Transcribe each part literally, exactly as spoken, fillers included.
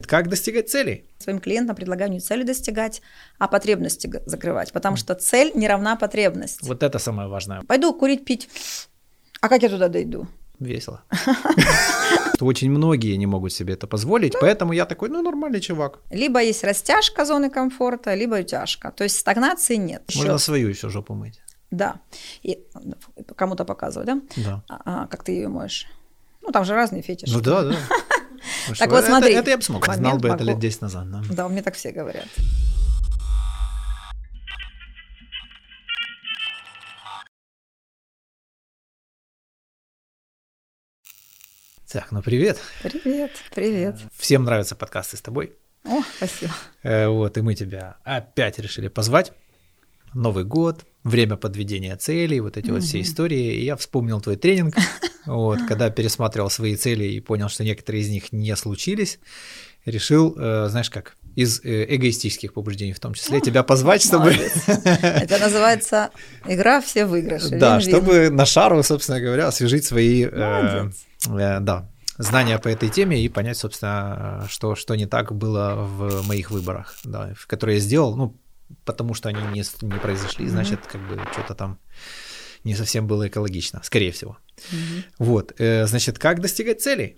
как достигать целей? Своим клиентам предлагаю не цели достигать, а потребности закрывать, потому что цель не равна потребности. Вот это самое важное. Пойду курить, пить. А как я туда дойду? Весело. Очень многие не могут себе это позволить, поэтому я такой, ну, нормальный чувак. Либо есть растяжка зоны комфорта, либо утяжка. То есть стагнации нет. Можно свою еще жопу мыть. Да. И кому-то показывать, да? Да. А, как ты ее моешь? Ну, там же разные фетиши. Ну да, да. Так вот смотри. Это я бы смог. Знал бы это лет десять назад. Да, мне так все говорят. Так, ну привет. Привет, привет. Всем нравятся подкасты с тобой. О, спасибо. Вот, и мы тебя опять решили позвать. Новый год, время подведения целей, вот эти mm-hmm. вот все истории. И я вспомнил твой тренинг, вот, когда пересматривал свои цели и понял, что некоторые из них не случились, решил, знаешь как, из эгоистических побуждений в том числе, oh, тебя позвать, чтобы… Это называется игра «Все выигрыши». Да, чтобы на шару, собственно говоря, освежить свои да, знания по этой теме и понять, собственно, что, что не так было в моих выборах, да, которые я сделал, ну, потому что они не, не произошли, значит, как бы что-то там не совсем было экологично, скорее всего. Mm-hmm. Вот, э, значит, как достигать целей?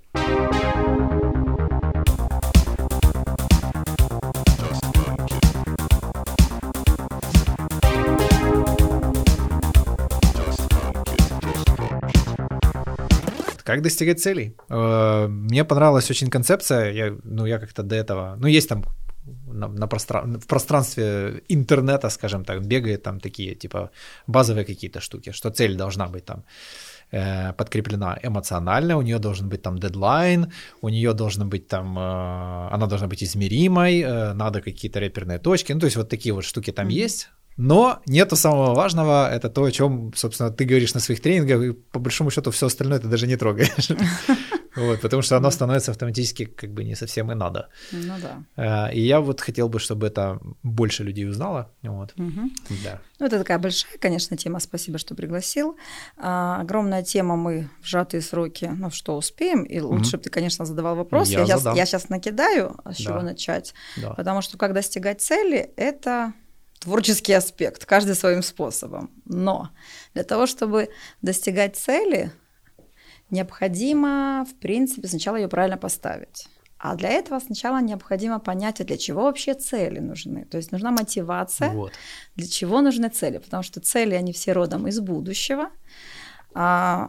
Как достигать целей? Э, мне понравилась очень концепция, я, ну, я как-то до этого, ну, есть там На, на простран... в пространстве интернета, скажем так, бегают там такие, типа, базовые какие-то штуки, что цель должна быть там э, подкреплена эмоционально, у нее должен быть там дедлайн, у нее должен быть там, э, она должна быть измеримой, э, надо какие-то реперные точки, ну, то есть вот такие вот штуки там mm-hmm. есть, но нету самого важного, это то, о чем, собственно, ты говоришь на своих тренингах, и по большому счету все остальное ты даже не трогаешь. Вот, потому что оно становится автоматически как бы не совсем и надо. Ну да. И я вот хотел бы, чтобы это больше людей узнало. Вот. Угу. Да. Ну, это такая большая, конечно, тема. Спасибо, что пригласил. А, огромная тема, мы в сжатые сроки, ну, что успеем. И лучше угу. бы ты, конечно, задавал вопрос. Я, я, сейчас, я сейчас накидаю, с чего да. начать. Да. Потому что как достигать цели – это творческий аспект, каждый своим способом. Но для того, чтобы достигать цели, необходимо, в принципе, сначала ее правильно поставить. А для этого сначала необходимо понять, а для чего вообще цели нужны. То есть нужна мотивация, вот. Для чего нужны цели. Потому что цели, они все родом из будущего, а,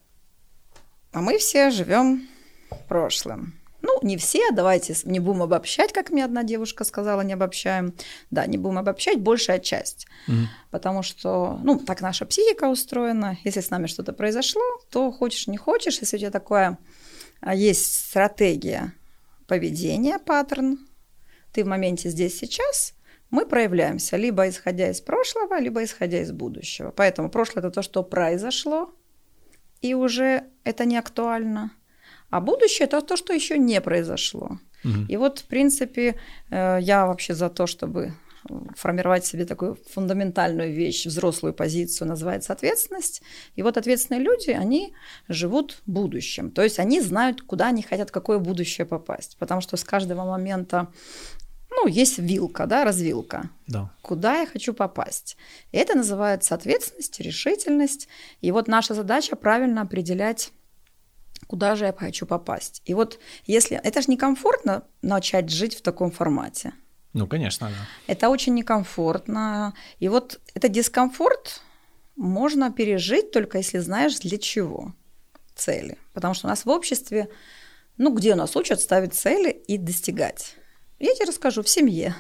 а мы все живем прошлым. Ну, не все, давайте не будем обобщать, как мне одна девушка сказала, не обобщаем. Да, не будем обобщать, большая часть. Mm-hmm. Потому что, ну, так наша психика устроена. Если с нами что-то произошло, то хочешь, не хочешь, если у тебя такая есть стратегия поведения, паттерн, ты в моменте здесь, сейчас, мы проявляемся, либо исходя из прошлого, либо исходя из будущего. Поэтому прошлое – это то, что произошло, и уже это не актуально. А будущее – это то, что еще не произошло. Угу. И вот, в принципе, я вообще за то, чтобы формировать себе такую фундаментальную вещь, взрослую позицию, называется ответственность. И вот ответственные люди, они живут будущим. То есть они знают, куда они хотят, в какое будущее попасть. Потому что с каждого момента, ну, есть вилка, да, развилка. Да. Куда я хочу попасть. И это называется ответственность, решительность. И вот наша задача правильно определять, куда же я хочу попасть. И вот если… Это же некомфортно начать жить в таком формате. Ну, конечно, да. Это очень некомфортно. И вот этот дискомфорт можно пережить только если знаешь, для чего цели. Потому что у нас в обществе, ну, где у нас учат ставить цели и достигать. Я тебе расскажу, в семье.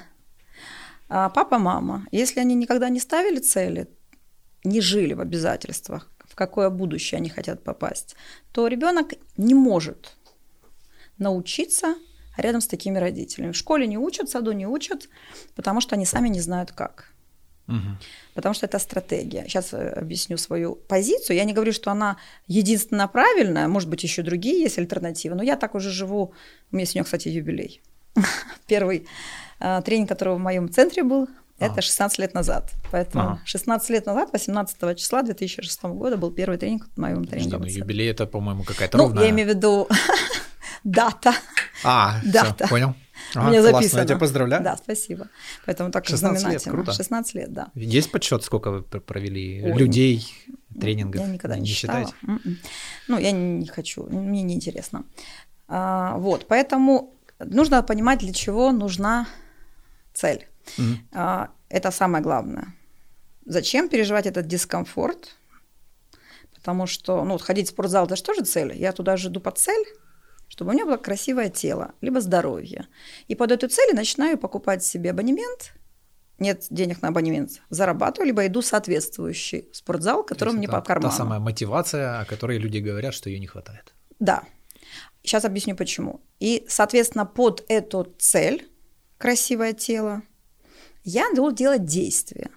Папа, мама, если они никогда не ставили цели, не жили в обязательствах, в какое будущее они хотят попасть, то ребенок не может научиться рядом с такими родителями. В школе не учат, в саду не учат, потому что они сами не знают как. Угу. Потому что это стратегия. Сейчас объясню свою позицию. Я не говорю, что она единственно правильная, может быть, еще другие есть альтернативы, но я так уже живу. У меня сегодня, кстати, юбилей. Первый тренинг, который в моем центре был, это ага. шестнадцать лет назад. Поэтому ага. шестнадцать лет назад, восемнадцатого числа две тысячи шестого года был первый тренинг в моем тренинге. Ну, юбилей это, по-моему, какая-то ну, ровная. Я имею в виду дата. А, дата. Всё, понял. Ага, у меня классно, записано. я тебя поздравляю. Да, спасибо. Поэтому так шестнадцать лет, знаменательно. круто. шестнадцать лет, да. Есть подсчет, сколько вы провели Ой, людей, тренингов? Я никогда не, не считала. считаете? Mm-mm. Ну, я не хочу, мне неинтересно. А, вот, поэтому нужно понимать, для чего нужна цель. Mm-hmm. А, это самое главное. Зачем переживать этот дискомфорт? Потому что, ну, ходить в спортзал – это же тоже цель. Я туда же иду под цель, чтобы у меня было красивое тело, либо здоровье. И под эту цель начинаю покупать себе абонемент. Нет денег на абонемент, зарабатываю, либо иду в соответствующий спортзал, который мне по карману. Та самая мотивация, о которой люди говорят, что ее не хватает. Да. Сейчас объясню, почему. И, соответственно, под эту цель, красивое тело, я буду делать действия.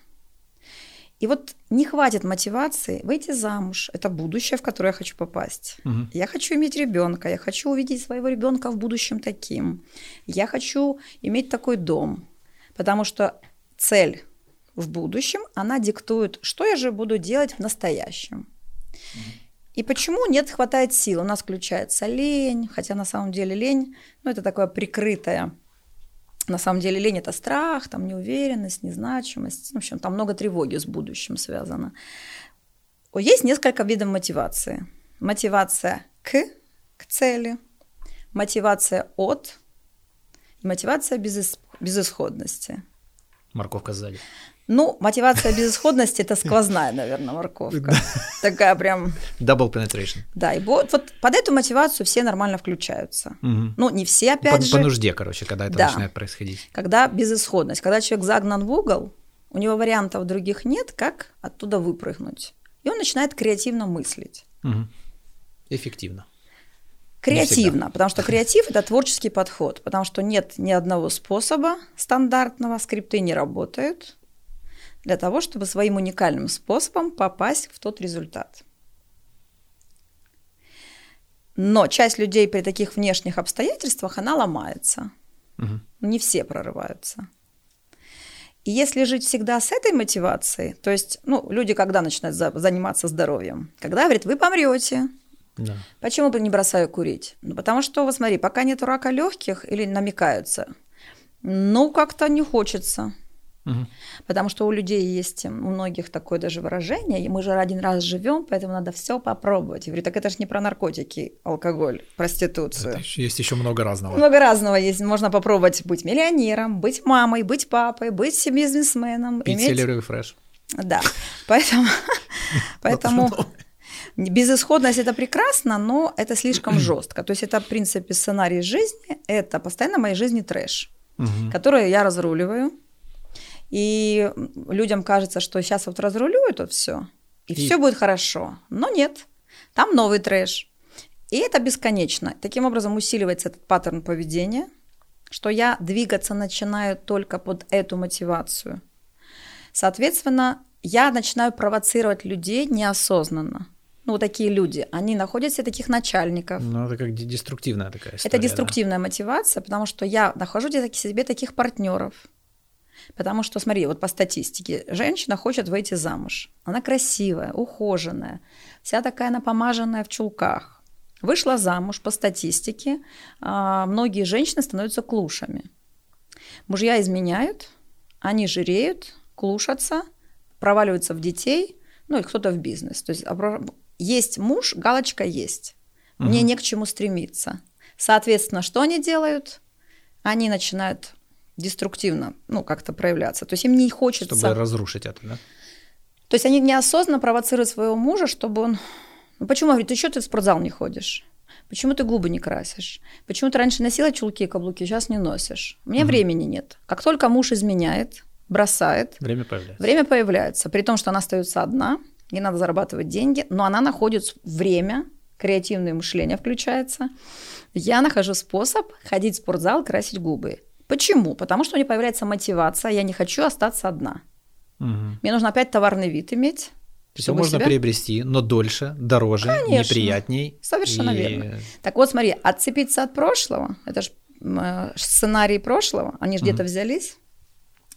И вот не хватит мотивации выйти замуж. Это будущее, в которое я хочу попасть. Угу. Я хочу иметь ребенка, я хочу увидеть своего ребенка в будущем таким. Я хочу иметь такой дом. Потому что цель в будущем, она диктует, что я же буду делать в настоящем. Угу. И почему нет хватает сил? У нас включается лень, хотя на самом деле лень, ну, это такое прикрытое. На самом деле лень – это страх, там неуверенность, незначимость. В общем, там много тревоги с будущим связано. Есть несколько видов мотивации. Мотивация к, к цели, мотивация от и мотивация безыс, безысходности. Морковка сзади. Ну, мотивация безысходности – это сквозная, наверное, морковка. Такая прям… Double penetration. Да, и вот, вот под эту мотивацию все нормально включаются. Угу. Ну, не все, опять по, же. По нужде, короче, когда это да. начинает происходить. Когда безысходность, когда человек загнан в угол, у него вариантов других нет, как оттуда выпрыгнуть. И он начинает креативно мыслить. Угу. Эффективно. Креативно, потому что креатив – это творческий подход, потому что нет ни одного способа стандартного, скрипты не работают для того, чтобы своим уникальным способом попасть в тот результат. Но часть людей при таких внешних обстоятельствах, она ломается. Угу. Не все прорываются. И если жить всегда с этой мотивацией, то есть, ну, люди когда начинают за, заниматься здоровьем? Когда говорят, вы помрете. Да. Почему бы не бросаю курить? Ну, потому что, вот смотри, пока нет рака легких или намекаются, ну, как-то не хочется. Угу. Потому что у людей есть, у многих такое даже выражение, мы же один раз живем, поэтому надо все попробовать. Я говорю, так это же не про наркотики, алкоголь, проституцию. Это есть еще много разного. Много разного есть. Можно попробовать быть миллионером, быть мамой, быть папой, быть бизнесменом. Пить иметь... селеровый фреш. Да, поэтому... поэтому... Безысходность – это прекрасно, но это слишком жестко. То есть это, в принципе, сценарий жизни, это постоянно в моей жизни трэш, угу. который я разруливаю. И людям кажется, что сейчас вот разрулю это все, и, и все будет хорошо. Но нет, там новый трэш. И это бесконечно. Таким образом усиливается этот паттерн поведения, что я двигаться начинаю только под эту мотивацию. Соответственно, я начинаю провоцировать людей неосознанно. Ну, вот такие люди, они находят себе таких начальников. Ну, это как деструктивная такая история. Это деструктивная да. мотивация, потому что я нахожу себе таких партнеров. Потому что, смотри, вот по статистике, женщина хочет выйти замуж. Она красивая, ухоженная, вся такая напомаженная в чулках. Вышла замуж, по статистике, многие женщины становятся клушами. Мужья изменяют, они жиреют, клушатся, проваливаются в детей, ну и кто-то в бизнес. То есть есть муж, галочка есть. Мне угу. не к чему стремиться. Соответственно, что они делают? Они начинают деструктивно, ну, как-то проявляться. То есть им не хочется... Чтобы разрушить это, да? То есть они неосознанно провоцируют своего мужа, чтобы он... Ну, почему? Говорит, ты что ты в спортзал не ходишь? Почему ты губы не красишь? Почему ты раньше носила чулки и каблуки, сейчас не носишь? У меня угу. времени нет. Как только муж изменяет, бросает... Время появляется. Время появляется. При том, что она остается одна, ей надо зарабатывать деньги, но она находит время, креативное мышление включается. Я нахожу способ ходить в спортзал, красить губы. Почему? Потому что у нее появляется мотивация, я не хочу остаться одна. Угу. Мне нужно опять товарный вид иметь. Все можно себя... приобрести, но дольше, дороже, Конечно. неприятней. Совершенно и... верно. Так вот, смотри, отцепиться от прошлого, это же сценарий прошлого, они же угу. где-то взялись.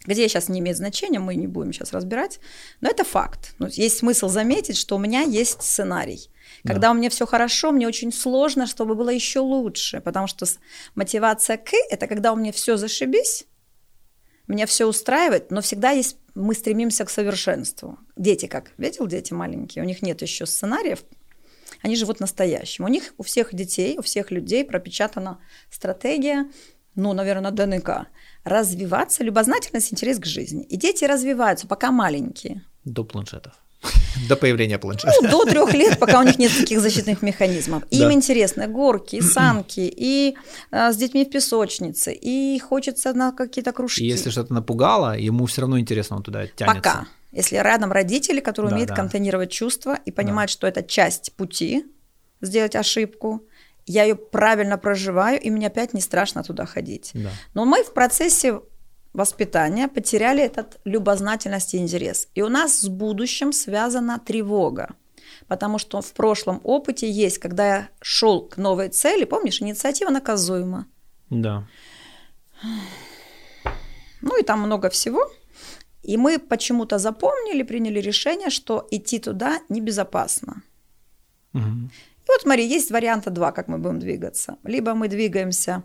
Где сейчас не имеет значения, мы не будем сейчас разбирать, но это факт. Ну, есть смысл заметить, что у меня есть сценарий. Когда да. у меня все хорошо, мне очень сложно, чтобы было еще лучше, потому что мотивация к – это когда у меня все зашибись, меня все устраивает, но всегда есть, мы стремимся к совершенству. Дети как? Видел, дети маленькие, у них нет еще сценариев, они живут настоящим. У них, у всех детей, у всех людей пропечатана стратегия, ну, наверное, ДНК. Развиваться, любознательность, интерес к жизни. И дети развиваются, пока маленькие. До планшетов. До появления планшета. Ну, до трех лет, пока у них нет таких защитных механизмов. И им интересно горки, санки, и а, с детьми в песочнице, и хочется на какие-то кружки. И если что-то напугало, ему все равно интересно, он туда тянется. Пока. Если рядом родители, которые да, умеют да. контейнировать чувства и понимают, да. что это часть пути, сделать ошибку, я ее правильно проживаю, и мне опять не страшно туда ходить. Да. Но мы в процессе воспитания потеряли этот любознательность и интерес. И у нас с будущим связана тревога. Потому что в прошлом опыте есть, когда я шел к новой цели, помнишь, инициатива наказуема. Да. Ну и там много всего. И мы почему-то запомнили, приняли решение, что идти туда небезопасно. Угу. И вот смотри, есть варианта два, как мы будем двигаться. Либо мы двигаемся,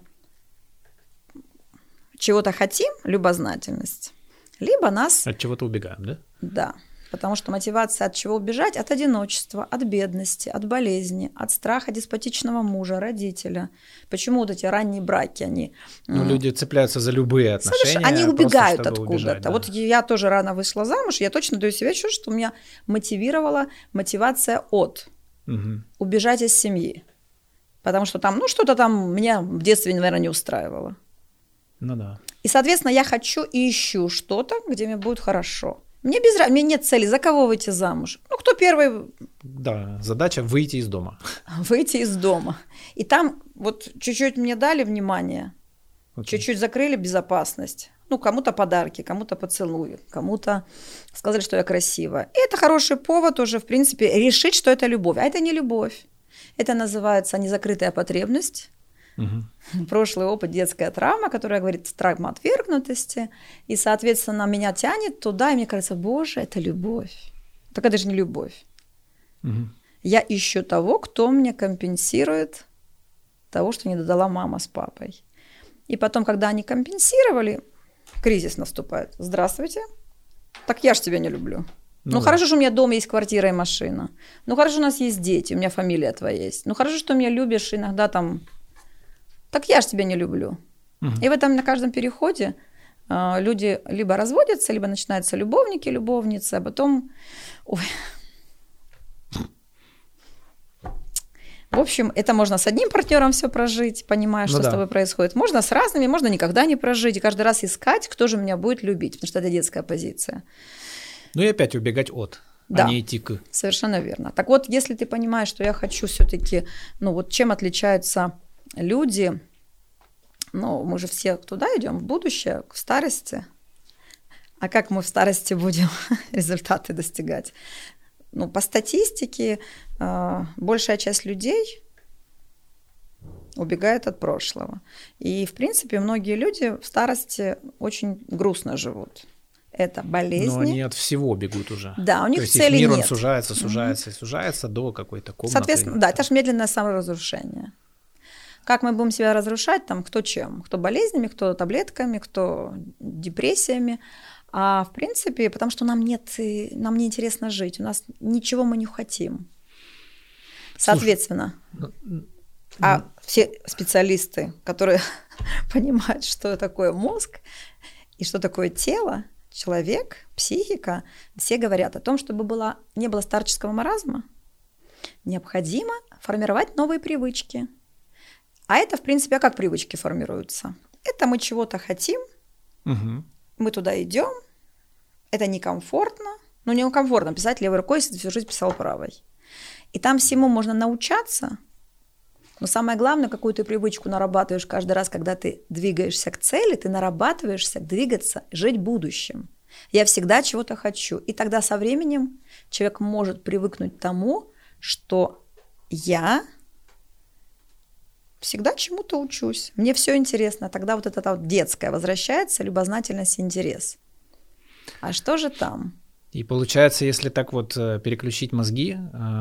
чего-то хотим, любознательность, либо нас... От чего-то убегаем, да? Да, потому что мотивация от чего убежать? От одиночества, от бедности, от болезни, от страха деспотичного мужа, родителя. Почему вот эти ранние браки, они... Ну, люди цепляются за любые отношения. Слышь, они убегают откуда-то. Убежать, да. Вот я тоже рано вышла замуж, я точно даю себе чувство, что меня мотивировала мотивация от угу. убежать из семьи. Потому что там, ну, что-то там меня в детстве, наверное, не устраивало. Ну да. И, соответственно, я хочу и ищу что-то, где мне будет хорошо. Мне без разницы, мне нет цели, за кого выйти замуж. Ну, кто первый? Да, задача выйти из дома. Выйти из дома. И там вот чуть-чуть мне дали внимание, okay. чуть-чуть закрыли безопасность. Ну, кому-то подарки, кому-то поцелуи, кому-то сказали, что я красивая. И это хороший повод уже, в принципе, решить, что это любовь. А это не любовь. Это называется незакрытая потребность. Угу. Прошлый опыт, детская травма, которая говорит травма отвергнутости, и, соответственно, меня тянет туда, и мне кажется, боже, это любовь. Так это же не любовь. Угу. Я ищу того, кто мне компенсирует того, что не додала мама с папой. И потом, когда они компенсировали, кризис наступает. Здравствуйте. Так я ж тебя не люблю. Ну, ну да. Хорошо, что у меня дома есть квартира и машина. Ну, хорошо, у нас есть дети, у меня фамилия твоя есть. Ну, хорошо, что меня любишь иногда там... Так я ж тебя не люблю. Угу. И в этом на каждом переходе э, люди либо разводятся, либо начинаются любовники, любовницы, а потом... Ой. В общем, это можно с одним партнером все прожить, понимая, что ну, да. с тобой происходит. Можно с разными, можно никогда не прожить. И каждый раз искать, кто же меня будет любить, потому что это детская позиция. Ну и опять убегать от, да, а не идти к. Совершенно верно. Так вот, если ты понимаешь, что я хочу все-таки, ну вот чем отличаются люди, ну мы же все туда идем, в будущее, в старости. А как мы в старости будем результаты достигать? Ну, по статистике, большая часть людей убегает от прошлого. И, в принципе, многие люди в старости очень грустно живут. Это болезни. Но они от всего бегут уже. Да, у них То есть цели их мир, нет. Он сужается, сужается и mm-hmm. сужается до какой-то комнаты. Соответственно, да, это же медленное саморазрушение. Как мы будем себя разрушать, там, кто чем? Кто болезнями, кто таблетками, кто депрессиями. А в принципе, потому что нам нет, нам не интересно жить, у нас ничего мы не хотим. Соответственно, Слушай, а все специалисты, которые понимают, что такое мозг и что такое тело, человек, психика, все говорят о том, чтобы было, не было старческого маразма, необходимо формировать новые привычки. А это, в принципе, а как привычки формируются? Это мы чего-то хотим, угу. Мы туда идем, это некомфортно. Ну, некомфортно писать левой рукой, если ты всю жизнь писал правой. И там всему можно научаться. Но самое главное, какую ты привычку нарабатываешь каждый раз, когда ты двигаешься к цели, ты нарабатываешься двигаться, жить будущим. Я всегда чего-то хочу. И тогда со временем человек может привыкнуть к тому, что я всегда чему-то учусь. Мне все интересно. Тогда вот эта вот детская возвращается, любознательность и интерес. А что же там? И получается, если так вот переключить мозги,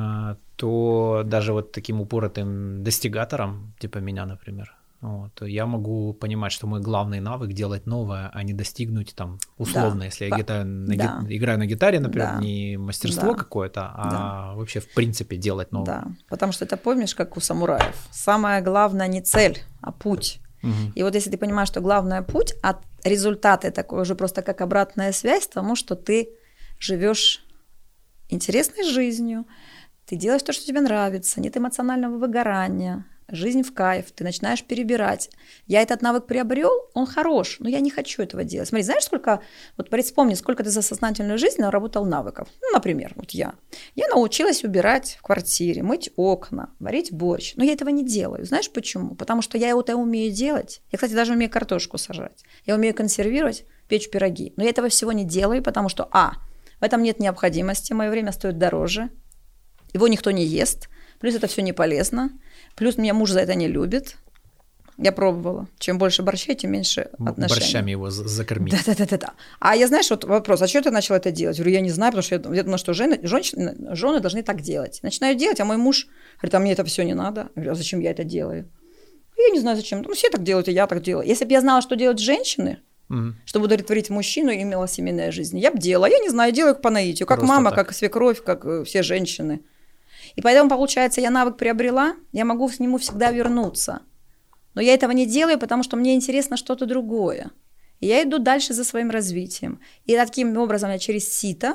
то даже вот таким упоротым достигатором, типа меня, например, вот, я могу понимать, что мой главный навык — делать новое, а не достигнуть там условно, да. Если я гитар... на да. ги... играю на гитаре, например, да. не мастерство да. какое-то, а да. вообще в принципе делать новое. Да, потому что это, помнишь, как у самураев, самое главное не цель, а путь. Угу. И вот если ты понимаешь, что главное путь, а результаты такой уже просто как обратная связь тому, что ты живешь интересной жизнью, ты делаешь то, что тебе нравится, нет эмоционального выгорания, жизнь в кайф, ты начинаешь перебирать. Я этот навык приобрел, он хорош, но я не хочу этого делать. Смотри, знаешь, сколько, вот вспомни, сколько ты за сознательную жизнь наработал навыков. Ну, например, вот я. Я научилась убирать в квартире, мыть окна, варить борщ, но я этого не делаю. Знаешь почему? Потому что я это умею делать. Я, кстати, даже умею картошку сажать. Я умею консервировать, печь пироги. Но я этого всего не делаю, потому что, а, в этом нет необходимости, мое время стоит дороже, его никто не ест, плюс это все не полезно, плюс меня муж за это не любит. Я пробовала. Чем больше борщей, тем меньше отношений. Борщами его закормить. Да-да-да. А я, знаешь, вот вопрос, а что ты начала это делать? Я говорю, я не знаю, потому что я, я думала, что жены, женщины, жены должны так делать. Начинаю делать, а мой муж говорит, а мне это все не надо. Я говорю, а зачем я это делаю? Я не знаю, зачем. Ну, все так делают, и я так делаю. Если бы я знала, что делают женщины, mm-hmm. чтобы удовлетворить мужчину, и имела семейная жизнь, я бы делала. Я не знаю, делаю по наитию, как Просто мама, так. как свекровь, как все женщины. И поэтому, получается, я навык приобрела, я могу к нему всегда вернуться. Но я этого не делаю, потому что мне интересно что-то другое. И я иду дальше за своим развитием. И таким образом я через сито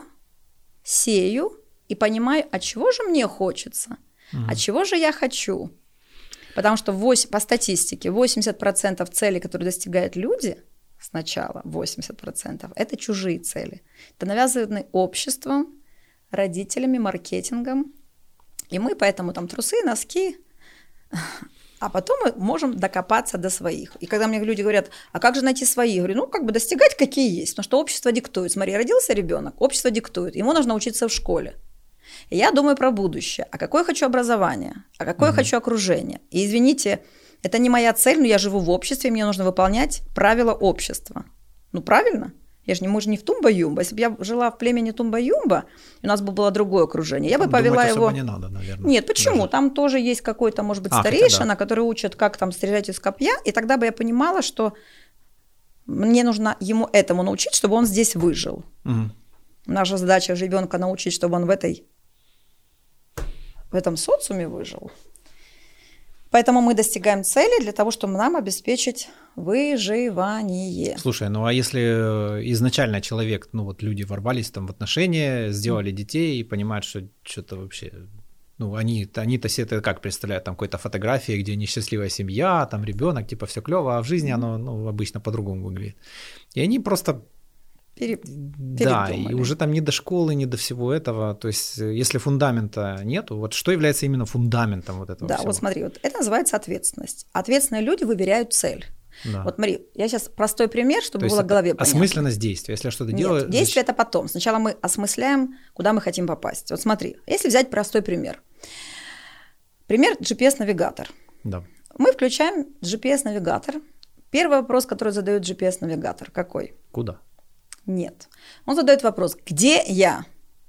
сею и понимаю, а чего же мне хочется, mm-hmm. а чего же я хочу. Потому что восемь, по статистике восемьдесят процентов целей, которые достигают люди сначала, восемьдесят процентов, это чужие цели. Это навязаны обществом, родителями, маркетингом. И мы поэтому там трусы, носки, а потом мы можем докопаться до своих. И когда мне люди говорят, а как же найти свои? Я говорю, ну, как бы достигать, какие есть. Потому что общество диктует. Смотри, родился ребенок, общество диктует. Ему нужно учиться в школе. И я думаю про будущее. А какое я хочу образование? А какое угу. я хочу окружение? И извините, это не моя цель, но я живу в обществе, мне нужно выполнять правила общества. Ну, правильно? Я же не, мы же не в Тумба-Юмба. Если бы я жила в племени Тумба-Юмба, у нас бы было другое окружение, я бы повела Думать его... не надо, наверное. Нет, почему? Даже. Там тоже есть какой-то, может быть, а, старейшина, да. который учит, как там стрелять из копья, и тогда бы я понимала, что мне нужно ему этому научить, чтобы он здесь выжил. Угу. Наша задача ребенка научить, чтобы он в этой, в этом социуме выжил. Поэтому мы достигаем цели для того, чтобы нам обеспечить выживание. Слушай, ну а если изначально человек, ну вот люди ворвались там в отношения, сделали детей и понимают, что что-то вообще, ну они, они-то все это как представляют, там какой-то фотографии, где несчастливая семья, там ребенок, типа все клево, а в жизни оно ну, обычно по-другому выглядит. И они просто... Пере... Да, и уже там не до школы, не до всего этого. То есть, если фундамента нету, вот что является именно фундаментом вот этого да, всего? Да, вот смотри, вот это называется ответственность. Ответственные люди выбирают цель. Да. Вот смотри, я сейчас простой пример, чтобы было в голове понятно. Осмысленность действия, если я что-то Нет, делаю... действие это потом. Сначала мы осмысляем, куда мы хотим попасть. Вот смотри, если взять простой пример. Пример джи пи эс-навигатор. Да. Мы включаем джи пи эс-навигатор. Первый вопрос, который задает джи пи эс-навигатор, какой? Куда? Нет. Он задает вопрос, где я?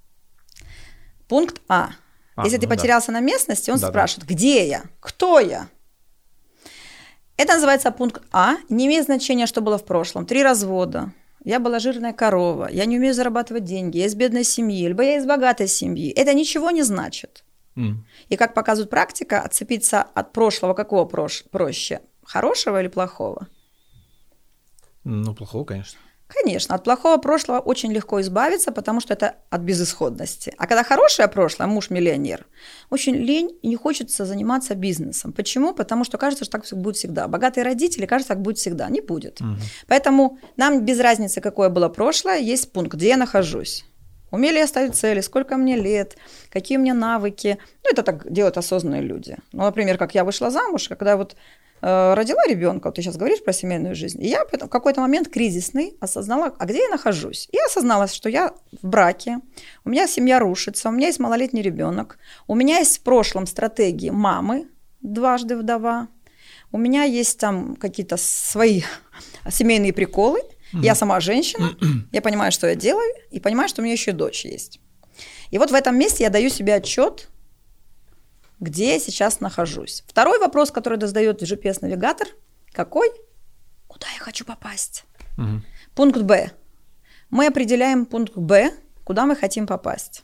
Пункт А. а Если ну ты потерялся да. на местности, он да, спрашивает, да. где я? Кто я? Это называется пункт А. Не имеет значения, что было в прошлом. Три развода. Я была жирная корова. Я не умею зарабатывать деньги. Я из бедной семьи. Либо я из богатой семьи. Это ничего не значит. Mm. И как показывает практика, отцепиться от прошлого какого прош- проще? Хорошего или плохого? Ну, плохого, конечно. Конечно, от плохого прошлого очень легко избавиться, потому что это от безысходности. А когда хорошее прошлое, муж-миллионер, очень лень и не хочется заниматься бизнесом. Почему? Потому что кажется, что так будет всегда. Богатые родители, кажется, так будет всегда. Не будет. Угу. Поэтому нам без разницы, какое было прошлое, есть пункт, где я нахожусь. Умею ли я ставить цели, сколько мне лет, какие у меня навыки. Ну, это так делают осознанные люди. Ну, например, как я вышла замуж, когда вот родила ребенка, вот ты сейчас говоришь про семейную жизнь, и я в какой-то момент кризисный осознала, а где я нахожусь. И осознала, что я в браке, у меня семья рушится, у меня есть малолетний ребенок, у меня есть в прошлом стратегии мамы, дважды вдова, у меня есть там какие-то свои семейные приколы, Mm-hmm. Я сама женщина, mm-hmm. я понимаю, что я делаю, и понимаю, что у меня еще и дочь есть. И вот в этом месте я даю себе отчет, где я сейчас нахожусь. Второй вопрос, который задает джи пи эс-навигатор, какой? Куда я хочу попасть? Mm-hmm. Пункт Б. Мы определяем пункт Б, куда мы хотим попасть.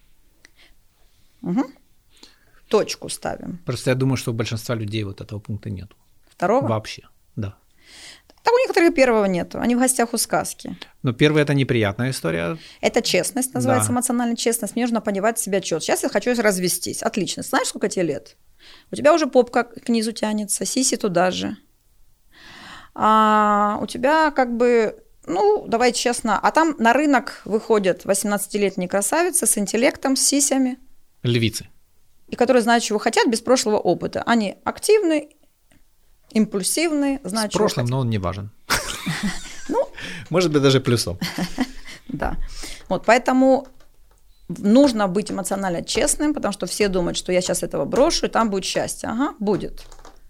Угу. Точку ставим. Просто я думаю, что у большинства людей вот этого пункта нет. Второго? Вообще, да. Так у некоторых первого нету. Они в гостях у сказки. Но первый – это неприятная история. Это честность, называется, да. эмоциональная честность. Мне нужно понимать себя отчет. Сейчас я хочу развестись. Отлично. Знаешь, сколько тебе лет? У тебя уже попка к низу тянется, сиси туда же. А у тебя как бы, ну, давай честно, а там на рынок выходят восемнадцатилетние красавицы с интеллектом, с сисями. Львицы. И которые знают, чего хотят, без прошлого опыта. Они активны, импульсивны, знают, с прошлым, но он не важен. Ну, может быть, даже плюсом. Да. Вот, поэтому нужно быть эмоционально честным, потому что все думают, что я сейчас этого брошу, и там будет счастье. Ага, будет.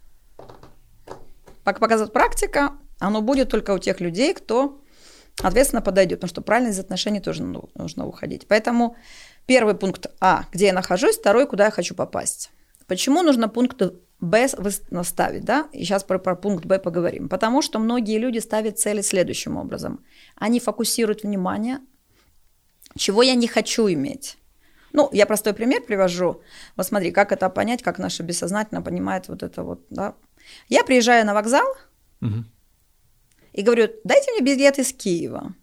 Как показывает практика, оно будет только у тех людей, кто ответственно подойдет, потому что правильно из отношений тоже нужно уходить. Поэтому первый пункт А, где я нахожусь, второй, куда я хочу попасть. Почему нужно пункт Б ставить, да? И сейчас про, про пункт Б поговорим. Потому что многие люди ставят цели следующим образом. Они фокусируют внимание, чего я не хочу иметь. Ну, я простой пример привожу. Вот смотри, как это понять, как наше бессознательно понимает вот это вот, да. Я приезжаю на вокзал угу. и говорю, дайте мне билет из Киева.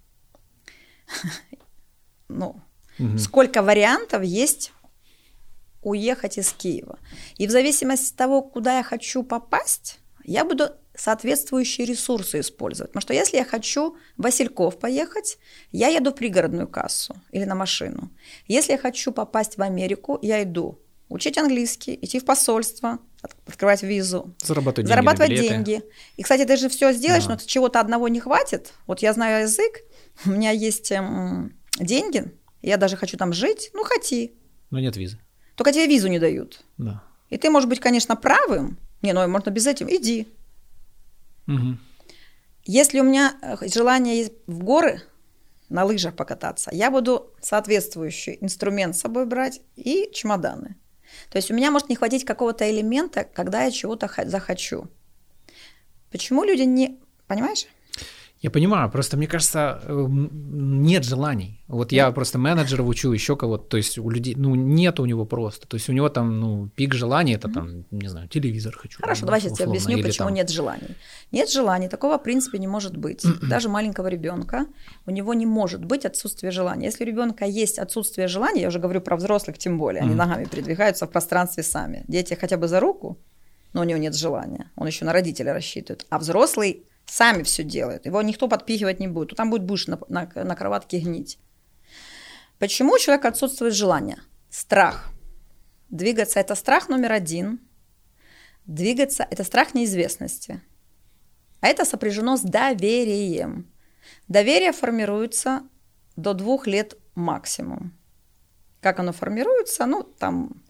Ну, угу. Сколько вариантов есть уехать из Киева. И в зависимости от того, куда я хочу попасть, я буду соответствующие ресурсы использовать. Потому что если я хочу в Васильков поехать, я еду в пригородную кассу или на машину. Если я хочу попасть в Америку, я иду учить английский, идти в посольство, открывать визу, зарабатывать, зарабатывать деньги, деньги. И, кстати, ты же все сделаешь, да. но чего-то одного не хватит. Вот я знаю язык, у меня есть м- деньги, я даже хочу там жить, ну, хоти. Но нет визы. Только тебе визу не дают. Да. И ты можешь быть, конечно, правым. Не, ну, можно без этого. Иди. Угу. Если у меня желание в горы на лыжах покататься, я буду соответствующий инструмент с собой брать и чемоданы. То есть у меня может не хватить какого-то элемента, когда я чего-то захочу. Почему люди не... Понимаешь? Я понимаю, просто мне кажется, нет желаний. Вот я просто менеджеров учу, еще кого-то, то есть у людей, ну, нет у него просто. То есть у него там, ну, пик желаний, это там, не знаю, телевизор хочу. Хорошо, там, давай я тебе объясню, или почему там... нет желаний. Нет желаний, такого в принципе не может быть. Даже маленького ребенка, у него не может быть отсутствие желания. Если у ребенка есть отсутствие желания, я уже говорю про взрослых тем более, они ногами передвигаются в пространстве сами. Дети хотя бы за руку, но у него нет желания, он еще на родителя рассчитывает. А взрослый сами все делают, его никто подпихивать не будет, там будет будешь на, на, на кроватке гнить. Почему у человека отсутствует желание? Страх. Двигаться – это страх номер один. Двигаться – это страх неизвестности. А это сопряжено с доверием. Доверие формируется до двух лет максимум. Как оно формируется? Ну, там,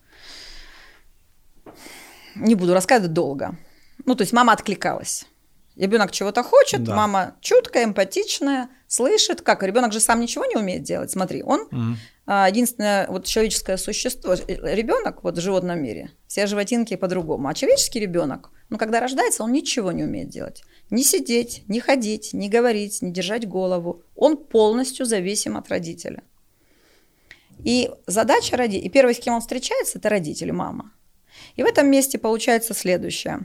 не буду рассказывать долго. Ну, то есть мама откликалась. Ребенок чего-то хочет, да. Мама чуткая, эмпатичная, слышит. Как? Ребенок же сам ничего не умеет делать. Смотри, он угу. единственное вот человеческое существо, ребенок вот в животном мире, все животинки по-другому. А человеческий ребенок, ну, когда рождается, он ничего не умеет делать. Не сидеть, не ходить, не говорить, не держать голову. Он полностью зависим от родителя. И задача родителя, и первый, с кем он встречается, это родители, мама. И в этом месте получается следующее.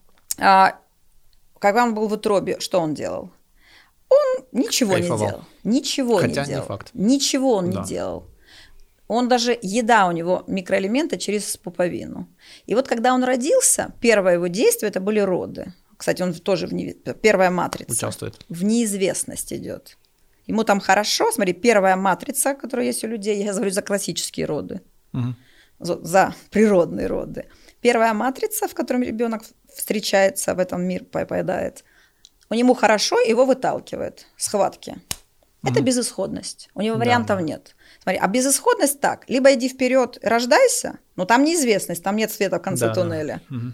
Когда он был в утробе, что он делал? Он ничего Кайфовал. не делал. Ничего Хотя не делал. Не факт. Ничего он да. не делал. Он даже, еда у него микроэлементы через пуповину. И вот когда он родился, первое его действие – это были роды. Кстати, он тоже в не... первая матрица. Участвует. В неизвестность идет. Ему там хорошо. Смотри, первая матрица, которая есть у людей, я говорю за классические роды, угу. за, за природные роды. Первая матрица, в которой ребенок встречается, в этом мир попадает, у него хорошо, его выталкивает, схватки. Это угу. безысходность. У него вариантов да, да. нет. Смотри, а безысходность так: либо иди вперед и рождайся, но там неизвестность, там нет света в конце да, туннеля. Да. Угу.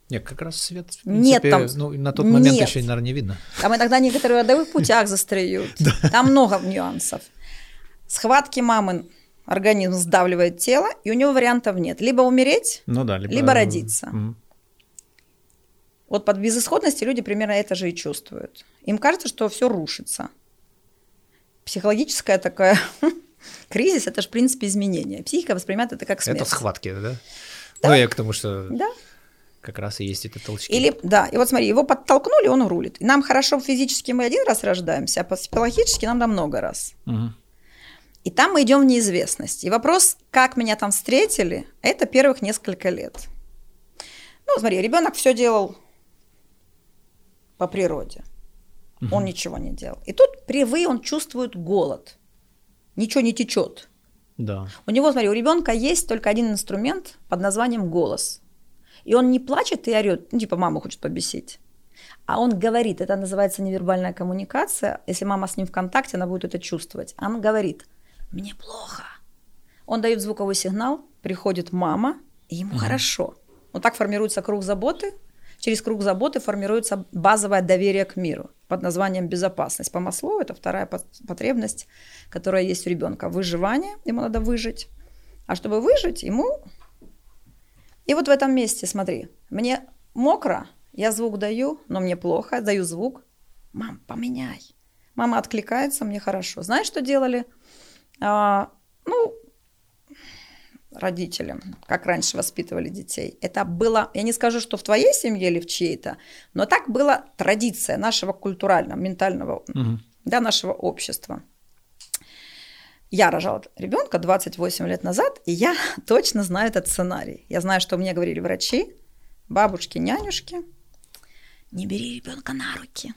Нет, как раз свет, в принципе, нет там, ну, на тот момент нет. еще, наверное, не видно. Там иногда некоторые в родовых путях застреют. Там много нюансов. Схватки мамы, организм сдавливает тело, и у него вариантов нет. Либо умереть, ну, да, либо... либо родиться. Mm. Вот под безысходностью люди примерно это же и чувствуют. Им кажется, что все рушится. Психологическая такая кризис – это же, в принципе, изменение. Психика воспринимает это как смерть. Это схватки, да? Да. Ну, я к тому, что да. как раз и есть эти толчки. Или, да, и вот смотри, его подтолкнули, он рулит. И нам хорошо физически мы один раз рождаемся, а психологически нам надо много раз. Угу. И там мы идем в неизвестность. И вопрос, как меня там встретили, это первых несколько лет. Ну, смотри, ребенок все делал по природе. Угу. Он ничего не делал. И тут впервые он чувствует голод. Ничего не течет. Да. У него, смотри, у ребенка есть только один инструмент под названием голос. И он не плачет и орет, ну, типа маму хочет побесить. А он говорит, это называется невербальная коммуникация. Если мама с ним в контакте, она будет это чувствовать. Он говорит, мне плохо. Он дает звуковой сигнал, приходит мама, и ему угу. хорошо. Вот так формируется круг заботы. Через круг заботы формируется базовое доверие к миру под названием безопасность. По Маслоу это вторая потребность, которая есть у ребенка. Выживание, ему надо выжить. А чтобы выжить, ему... И вот в этом месте, смотри, мне мокро, я звук даю, но мне плохо, даю звук. Мам, поменяй. Мама откликается, мне хорошо. Знаешь, что делали? А, ну... родителям, как раньше воспитывали детей. Это было, я не скажу, что в твоей семье или в чьей-то, но так была традиция нашего культурального, ментального, угу. да, нашего общества. Я рожала ребенка двадцать восемь лет назад, и я точно знаю этот сценарий. Я знаю, что мне говорили врачи, бабушки, нянюшки. Не бери ребенка на руки.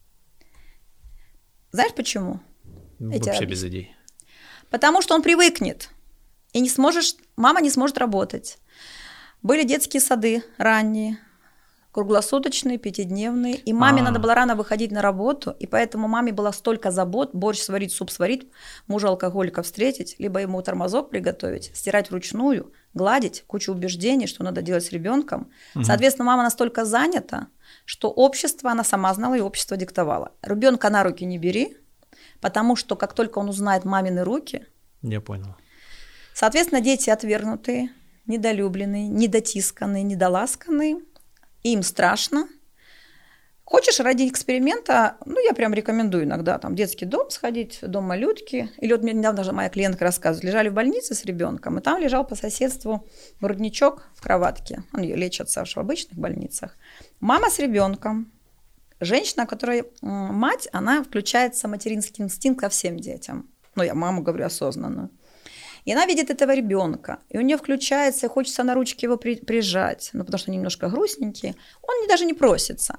Знаешь почему? Вообще без идей. Потому что он привыкнет. И не сможешь, мама не сможет работать. Были детские сады ранние, круглосуточные, пятидневные. И маме А-а-а. надо было рано выходить на работу, и поэтому маме было столько забот: борщ сварить, суп сварить, мужа-алкоголика встретить, либо ему тормозок приготовить, стирать вручную, гладить, кучу убеждений, что надо делать с ребенком. Угу. Соответственно, мама настолько занята, что общество, она сама знала, и общество диктовало. Ребенка на руки не бери, потому что как только он узнает мамины руки... Я понял. Соответственно, дети отвергнутые, недолюбленные, недотисканные, недоласканные, им страшно. Хочешь ради эксперимента, ну, я прям рекомендую иногда там в детский дом сходить, дом малютки. Или вот мне недавно же моя клиентка рассказывает, лежали в больнице с ребенком, и там лежал по соседству грудничок в кроватке. Он ее лечится в обычных больницах. Мама с ребенком, женщина, которая мать, она включается материнский инстинкт ко всем детям. Ну, я маму говорю осознанно. И она видит этого ребенка, и у нее включается, и хочется на ручки его при, прижать, ну, потому что они немножко грустненькие. Он даже не просится.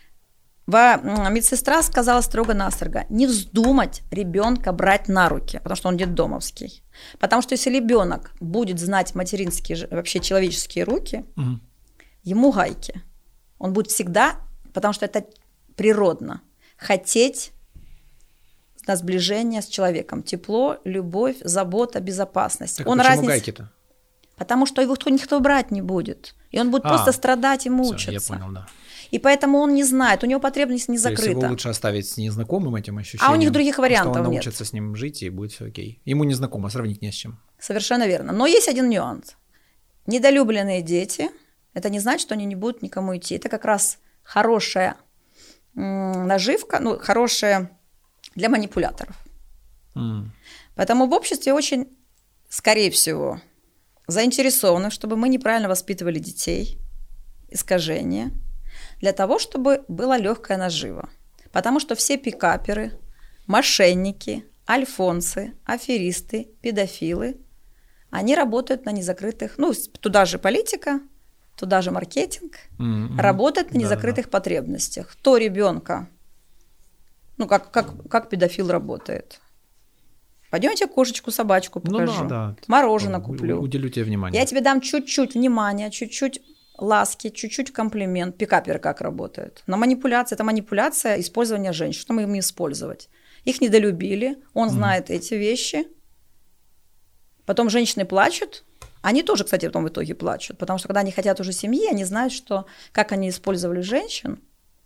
Медсестра сказала строго-настрого: не вздумать ребенка брать на руки, потому что он детдомовский. Потому что если ребенок будет знать материнские, вообще человеческие руки, угу. ему гайки. Он будет всегда, потому что это природно, хотеть на сближение с человеком. Тепло, любовь, забота, безопасность. Так он почему разница... гайки-то? Потому что его никто брать не будет. И он будет а, просто страдать и мучиться. Всё, я понял, да. И поэтому он не знает, у него потребность не закрыта. То есть его лучше оставить с незнакомым этим ощущением. А у них других вариантов что он нет. научится с ним жить, и будет все окей. Ему незнакомо, сравнить не с чем. Совершенно верно. Но есть один нюанс. Недолюбленные дети, это не значит, что они не будут никому идти. Это как раз хорошая м- наживка, ну, хорошая... для манипуляторов. Mm. Поэтому в обществе очень, скорее всего, заинтересованы, чтобы мы неправильно воспитывали детей, искажения, для того, чтобы была легкая нажива. Потому что все пикаперы, мошенники, альфонсы, аферисты, педофилы, они работают на незакрытых, ну, туда же политика, туда же маркетинг, mm-hmm. работают на незакрытых да, да. потребностях. То ребенка, ну, как, как, как педофил работает. Пойдемте кошечку, собачку покажу. Ну, да, да. Мороженое куплю. Уделю тебе внимание. Я тебе дам чуть-чуть внимания, чуть-чуть ласки, чуть-чуть комплимент. Пикаперы как работают? На манипуляции. Это манипуляция использования женщин. Что мы им использовать? Их недолюбили, он mm. знает эти вещи. Потом женщины плачут, Они тоже, кстати, потом в итоге плачут, потому что когда они хотят уже семьи, они знают, что, как они использовали женщин,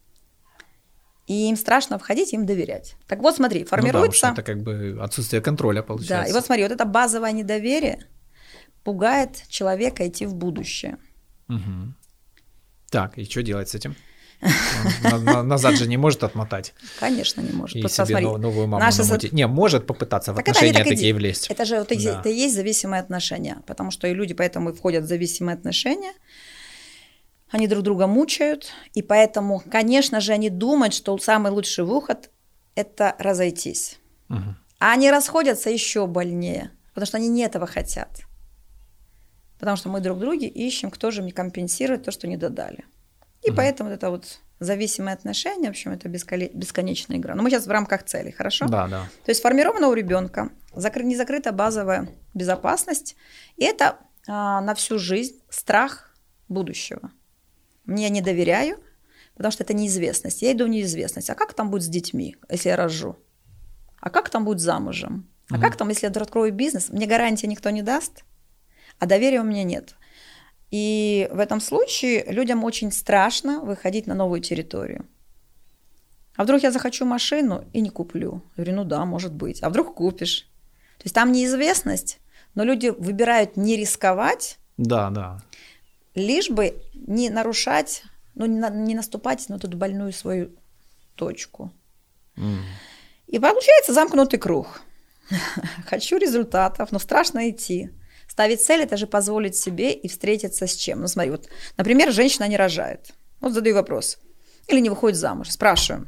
и им страшно входить, им доверять. Так вот, смотри, формируется... Ну да, это как бы отсутствие контроля получается. Да, и вот смотри, вот это базовое недоверие пугает человека идти в будущее. Угу. Так, и что делать с этим? Назад же не может отмотать. Конечно, не может. И Просто себе смотри, новую маму наши... намутить. Не, может попытаться в так отношения так такие и... влезть. Это же вот да. это и есть зависимые отношения, потому что и люди поэтому и входят в зависимые отношения, они друг друга мучают, и поэтому, конечно же, они думают, что самый лучший выход – это разойтись. Угу. А они расходятся еще больнее, потому что они не этого хотят. Потому что мы друг друге ищем, кто же мне компенсирует то, что не додали. И угу. поэтому это вот зависимые отношения, в общем, это бесконечная игра. Но мы сейчас в рамках цели, хорошо? Да, да. То есть сформирована у ребенка не закрыта базовая безопасность, и это а, на всю жизнь страх будущего. Мне не доверяю, потому что это неизвестность. Я иду в неизвестность. А как там будет с детьми, если я рожу? А как там будет замужем? А mm-hmm. как там, если я открою бизнес? Мне гарантии никто не даст, а доверия у меня нет. И в этом случае людям очень страшно выходить на новую территорию. А вдруг я захочу машину и не куплю? Я говорю, ну да, может быть. А вдруг купишь? То есть там неизвестность, но люди выбирают не рисковать. Да, да. Лишь бы не нарушать, ну, не наступать на эту больную свою точку. Mm. И получается замкнутый круг. Хочу результатов, но страшно идти. Ставить цель – это же позволить себе и встретиться с чем. Ну, смотри, вот, например, женщина не рожает. Вот задаю вопрос. Или не выходит замуж. Спрашиваю.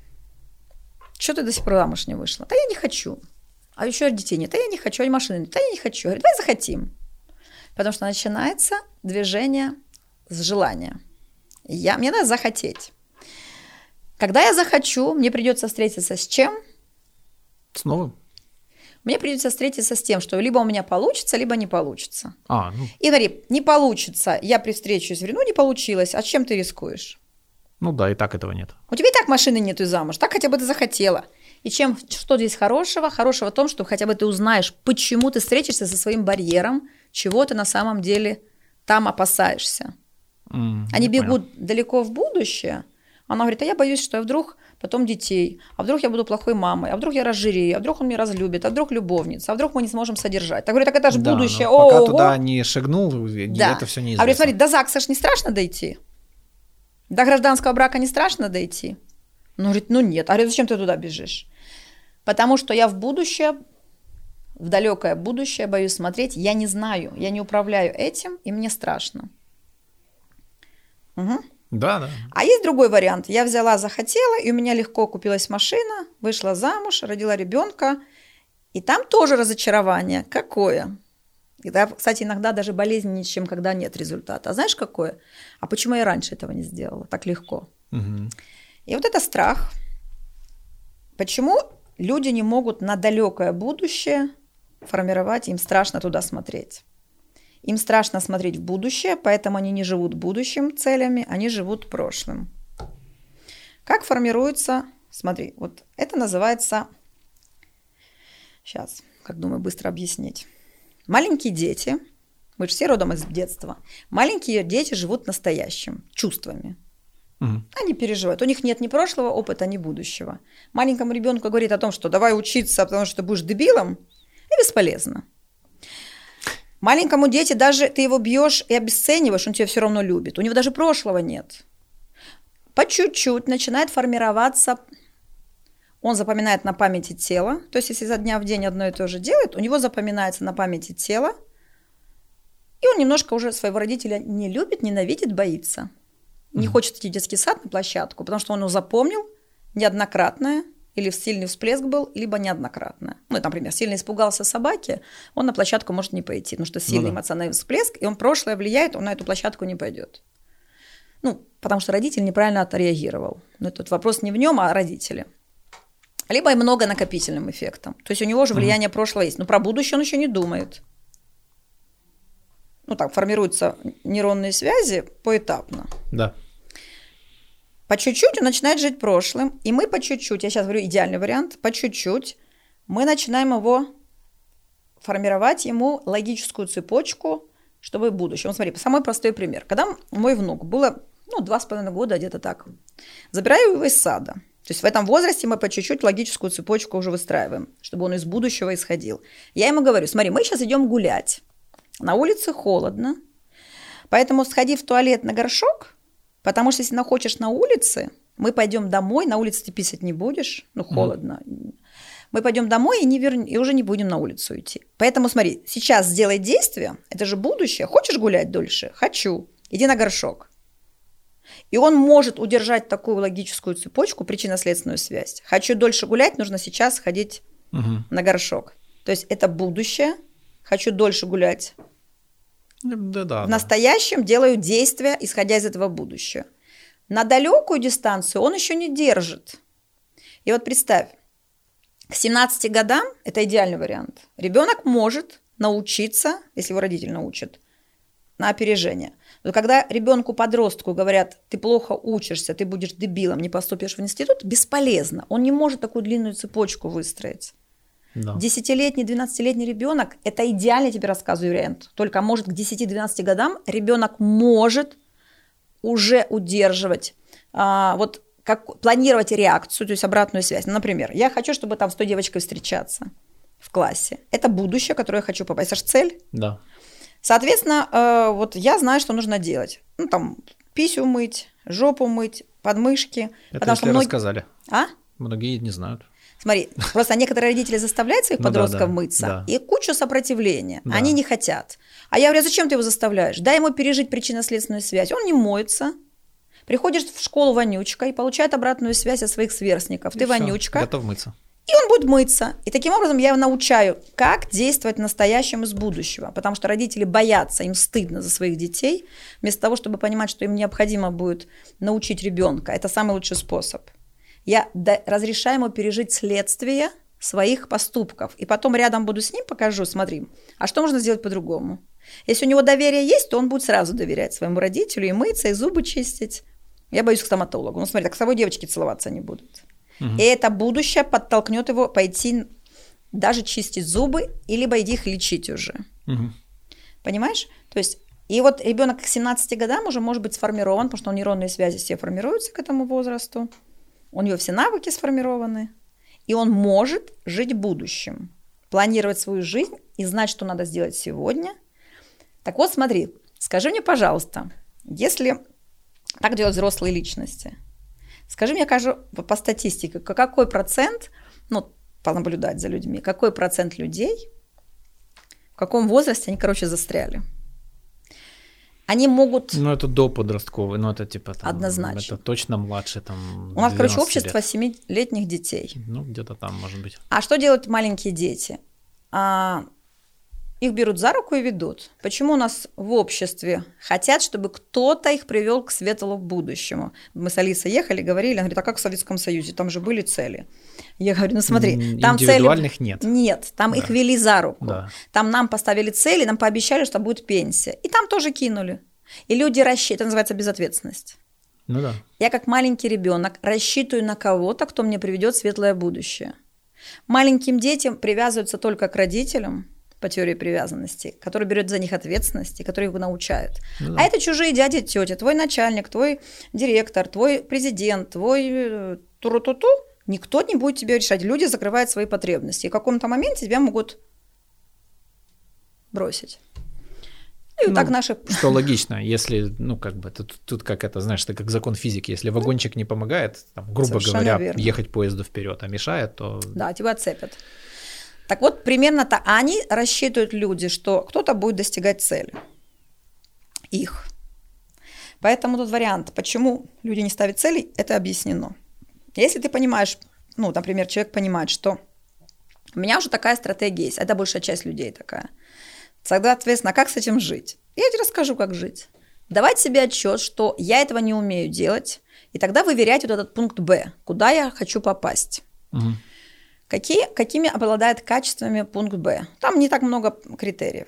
Что ты до сих пор замуж не вышла? Да я не хочу. А еще детей нет. Да я не хочу. А машины нет. Да я не хочу. Я говорю, давай захотим. Потому что начинается движение с желания. Я, мне надо захотеть. Когда я захочу, мне придется встретиться с чем? С новым. Мне придется встретиться с тем, что либо у меня получится, либо не получится. А, ну. И говори, не получится, я при встрече говорю, ну не получилось, а чем ты рискуешь? Ну да, и так этого нет. У тебя и так машины нет и замуж, так хотя бы ты захотела. И чем, что здесь хорошего? Хорошего в том, что хотя бы ты узнаешь, почему ты встретишься со своим барьером, чего ты на самом деле там опасаешься. Mm, Они бегут понял. далеко в будущее. Она говорит, а я боюсь, что я вдруг потом детей, а вдруг я буду плохой мамой, а вдруг я разжирею, а вдруг он меня разлюбит, а вдруг любовница, а вдруг мы не сможем содержать. Так говорю, так это же да, будущее. Пока О-о-о. туда не шагнул, да. это все неизвестно. А говорит, смотри, до ЗАГСа ж не страшно дойти? До гражданского брака не страшно дойти? Он говорит, ну нет. А говорит, зачем ты туда бежишь? Потому что я в будущее, в далекое будущее боюсь смотреть, я не знаю, я не управляю этим, и мне страшно. Угу. Да, да. А есть другой вариант. Я взяла, захотела, и у меня легко купилась машина, вышла замуж, родила ребенка, и там тоже разочарование. Какое? Это, кстати, иногда даже болезненнее, чем когда нет результата. А знаешь, какое? А почему я раньше этого не сделала? Так легко. Угу. И вот это страх. Почему люди не могут на далекое будущее формировать, им страшно туда смотреть? Им страшно смотреть в будущее, поэтому они не живут будущим целями, они живут прошлым. Как формируется, смотри, вот это называется, сейчас, как думаю, быстро объяснить. Маленькие дети, мы же все родом из детства, маленькие дети живут настоящим, чувствами. Угу. Они переживают, у них нет ни прошлого опыта, ни будущего. Маленькому ребенку говорит о том, что давай учиться, потому что ты будешь дебилом, и бесполезно. Маленькому дети, даже ты его бьешь и обесцениваешь, он тебя все равно любит. У него даже прошлого нет. По чуть-чуть начинает формироваться, он запоминает на памяти тело. То есть, если изо дня в день одно и то же делает, у него запоминается на памяти тело, и он немножко уже своего родителя не любит, ненавидит, боится. Не mm-hmm. хочет идти в детский сад на площадку, потому что он его запомнил неоднократное, или сильный всплеск был, либо неоднократно. Ну, например, сильно испугался собаки, он на площадку может не пойти, потому что сильный ну, да. эмоциональный всплеск, и он прошлое влияет, он на эту площадку не пойдет. Ну, потому что родитель неправильно отреагировал. Но этот вопрос не в нем, а о родителе. Либо и много накопительным эффектом. То есть у него же влияние mm-hmm. прошлого есть. Но про будущее он еще не думает. Ну, так, формируются нейронные связи поэтапно. Да. По чуть-чуть он начинает жить прошлым, и мы по чуть-чуть, я сейчас говорю идеальный вариант, по чуть-чуть мы начинаем его формировать ему логическую цепочку чтобы будущее. Вот смотри, самый простой пример. Когда мой внук было, ну, два с половиной года, где-то так, забираю его из сада. То есть в этом возрасте мы по чуть-чуть логическую цепочку уже выстраиваем, чтобы он из будущего исходил. Я ему говорю, смотри, мы сейчас идем гулять. На улице холодно, поэтому сходи в туалет на горшок, потому что если находишь на улице, мы пойдем домой, на улице ты писать не будешь, ну, холодно. Mm. Мы пойдем домой и, не вер... и уже не будем на улицу идти. Поэтому смотри, сейчас сделай действие, это же будущее. Хочешь гулять дольше? Хочу. Иди на горшок. И он может удержать такую логическую цепочку, причинно-следственную связь. Хочу дольше гулять, нужно сейчас ходить угу. на горшок. То есть это будущее. Хочу дольше гулять. Да, да, в настоящем да. делаю действия, исходя из этого будущего. На далекую дистанцию он еще не держит. И вот представь, к семнадцати годам, это идеальный вариант, ребенок может научиться, если его родитель научит, на опережение. Но когда ребенку-подростку говорят, ты плохо учишься, ты будешь дебилом, не поступишь в институт, бесполезно. Он не может такую длинную цепочку выстроить. Да. Десятилетний, двенадцатилетний ребенок – это идеальный, тебе рассказываю, вариант. Только может к десяти-двенадцати годам ребенок может уже удерживать, а, вот как, планировать реакцию, то есть обратную связь. Ну, например, я хочу, чтобы там с той девочкой встречаться в классе. Это будущее, которое я хочу попасть. Это же цель. Да. Соответственно, э, вот я знаю, что нужно делать. Ну, там, писю мыть, жопу мыть, подмышки. Это потому если что многие... рассказали. А? Многие не знают. Смотри, просто некоторые родители заставляют своих подростков ну, да, да, мыться, да. и кучу сопротивления. Да. Они не хотят. А я говорю, зачем ты его заставляешь? Дай ему пережить причинно-следственную связь. Он не моется. Приходит в школу вонючка и получает обратную связь от своих сверстников. И ты всё, вонючка. Готов мыться. И он будет мыться. И таким образом я его научаю, как действовать в настоящем из будущего. Потому что родители боятся, им стыдно за своих детей. Вместо того, чтобы понимать, что им необходимо будет научить ребенка. Это самый лучший способ. Я разрешаю ему пережить следствие своих поступков. И потом рядом буду с ним, покажу, смотри, а что можно сделать по-другому? Если у него доверие есть, то он будет сразу доверять своему родителю и мыться, и зубы чистить. Я боюсь к стоматологу. Ну смотри, так с собой девочки целоваться не будут. Угу. И это будущее подтолкнет его пойти даже чистить зубы, и либо иди их лечить уже. Угу. Понимаешь? То есть, и вот ребенок к семнадцати годам уже может быть сформирован, потому что нейронные связи все формируются к этому возрасту. У него все навыки сформированы, и он может жить будущим, планировать свою жизнь и знать, что надо сделать сегодня. Так вот, смотри, скажи мне, пожалуйста, если так делают взрослые личности, скажи мне, кажу, по статистике, какой процент, ну, понаблюдать за людьми, какой процент людей, в каком возрасте они, короче, застряли? Они могут... Ну, это до подростковой, ну, это типа... Там, однозначно. Это точно младше, там, у нас, короче, общество лет. семилетних детей. Ну, где-то там, может быть. А что делают маленькие дети? А, их берут за руку и ведут. Почему у нас в обществе хотят, чтобы кто-то их привел к светлому будущему? Мы с Алисой ехали, говорили, она говорит, а как в Советском Союзе? Там же были цели. Я говорю, ну смотри, там индивидуальных цели... нет. Нет, там да. их вели за руку. Да. Там нам поставили цели, нам пообещали, что будет пенсия. И там тоже кинули. И люди рассчитывают, это называется безответственность. Ну да. Я как маленький ребенок рассчитываю на кого-то, кто мне приведет в светлое будущее. Маленьким детям привязываются только к родителям по теории привязанности, который берет за них ответственность и который их научает. Ну да. А это чужие дяди, тети, твой начальник, твой директор, твой президент, твой туру-ту-ту. Никто не будет тебе решать. Люди закрывают свои потребности. И в каком-то моменте тебя могут бросить. И вот ну, так наши... Что логично, если, ну, как бы, тут, тут как это, знаешь, это как закон физики, если вагончик не помогает, там, грубо Совершенно говоря, верно. Ехать поезду вперед, а мешает, то... Да, тебя отцепят. Так вот, примерно-то они рассчитывают, люди, что кто-то будет достигать цели. Их. Поэтому тут вариант, почему люди не ставят целей, это объяснено. Если ты понимаешь, ну, например, человек понимает, что у меня уже такая стратегия есть, это большая часть людей такая. Тогда, соответственно, как с этим жить? Я тебе расскажу, как жить. Давать себе отчет, что я этого не умею делать, и тогда выверять вот этот пункт Б, куда я хочу попасть. Угу. Какие, какими обладает качествами пункт Б? Там не так много критериев.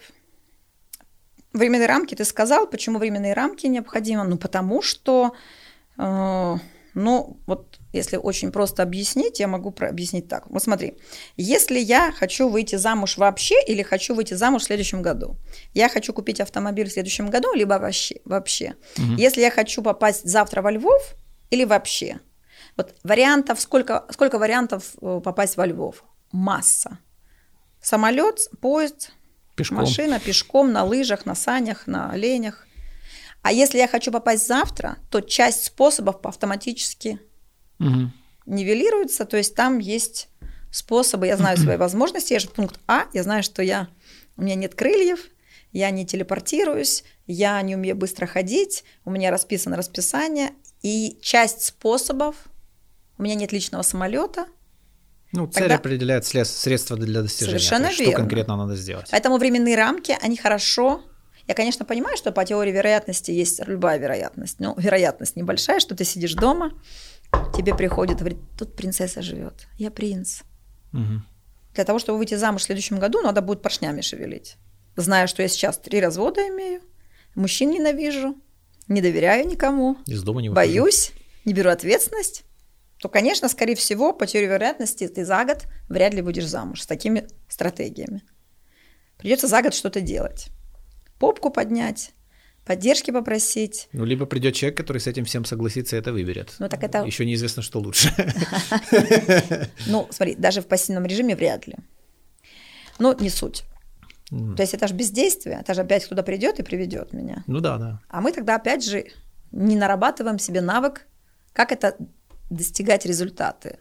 Временные рамки, ты сказал, почему временные рамки необходимы? Ну, потому что, э, Ну, вот если очень просто объяснить, я могу объяснить так. Вот смотри, если я хочу выйти замуж вообще или хочу выйти замуж в следующем году, я хочу купить автомобиль в следующем году, либо вообще. вообще. Угу. Если я хочу попасть завтра во Львов или вообще. Вот вариантов, сколько, сколько вариантов попасть во Львов? Масса. Самолет, поезд, пешком. Машина, пешком, на лыжах, на санях, на оленях. А если я хочу попасть завтра, то часть способов автоматически угу. нивелируется, то есть там есть способы, я знаю свои возможности, я же пункт А, я знаю, что я, у меня нет крыльев, я не телепортируюсь, я не умею быстро ходить, у меня расписано расписание, и часть способов, у меня нет личного самолета. Ну, цель Тогда... определяет средства для достижения. Совершенно есть, верно. Что конкретно надо сделать. Поэтому временные рамки, они хорошо. Я, конечно, понимаю, что по теории вероятности есть любая вероятность, но вероятность небольшая, что ты сидишь дома, тебе приходит, говорит, тут принцесса живет, я принц. Угу. Для того, чтобы выйти замуж в следующем году, надо будет поршнями шевелить. Зная, что я сейчас три развода имею, мужчин ненавижу, не доверяю никому, из дома не выхожу. Боюсь, не беру ответственность, то, конечно, скорее всего, по теории вероятности ты за год вряд ли будешь замуж с такими стратегиями. Придется за год что-то делать. Попку поднять, поддержки попросить. Ну, либо придет человек, который с этим всем согласится и это выберет. Ну, так это... Еще неизвестно, что лучше. Ну, смотри, даже в пассивном режиме вряд ли. Ну, не суть. То есть это же бездействие, это же опять кто-то придет и приведет меня. Ну да, да. А мы тогда опять же не нарабатываем себе навык, как это достигать результаты.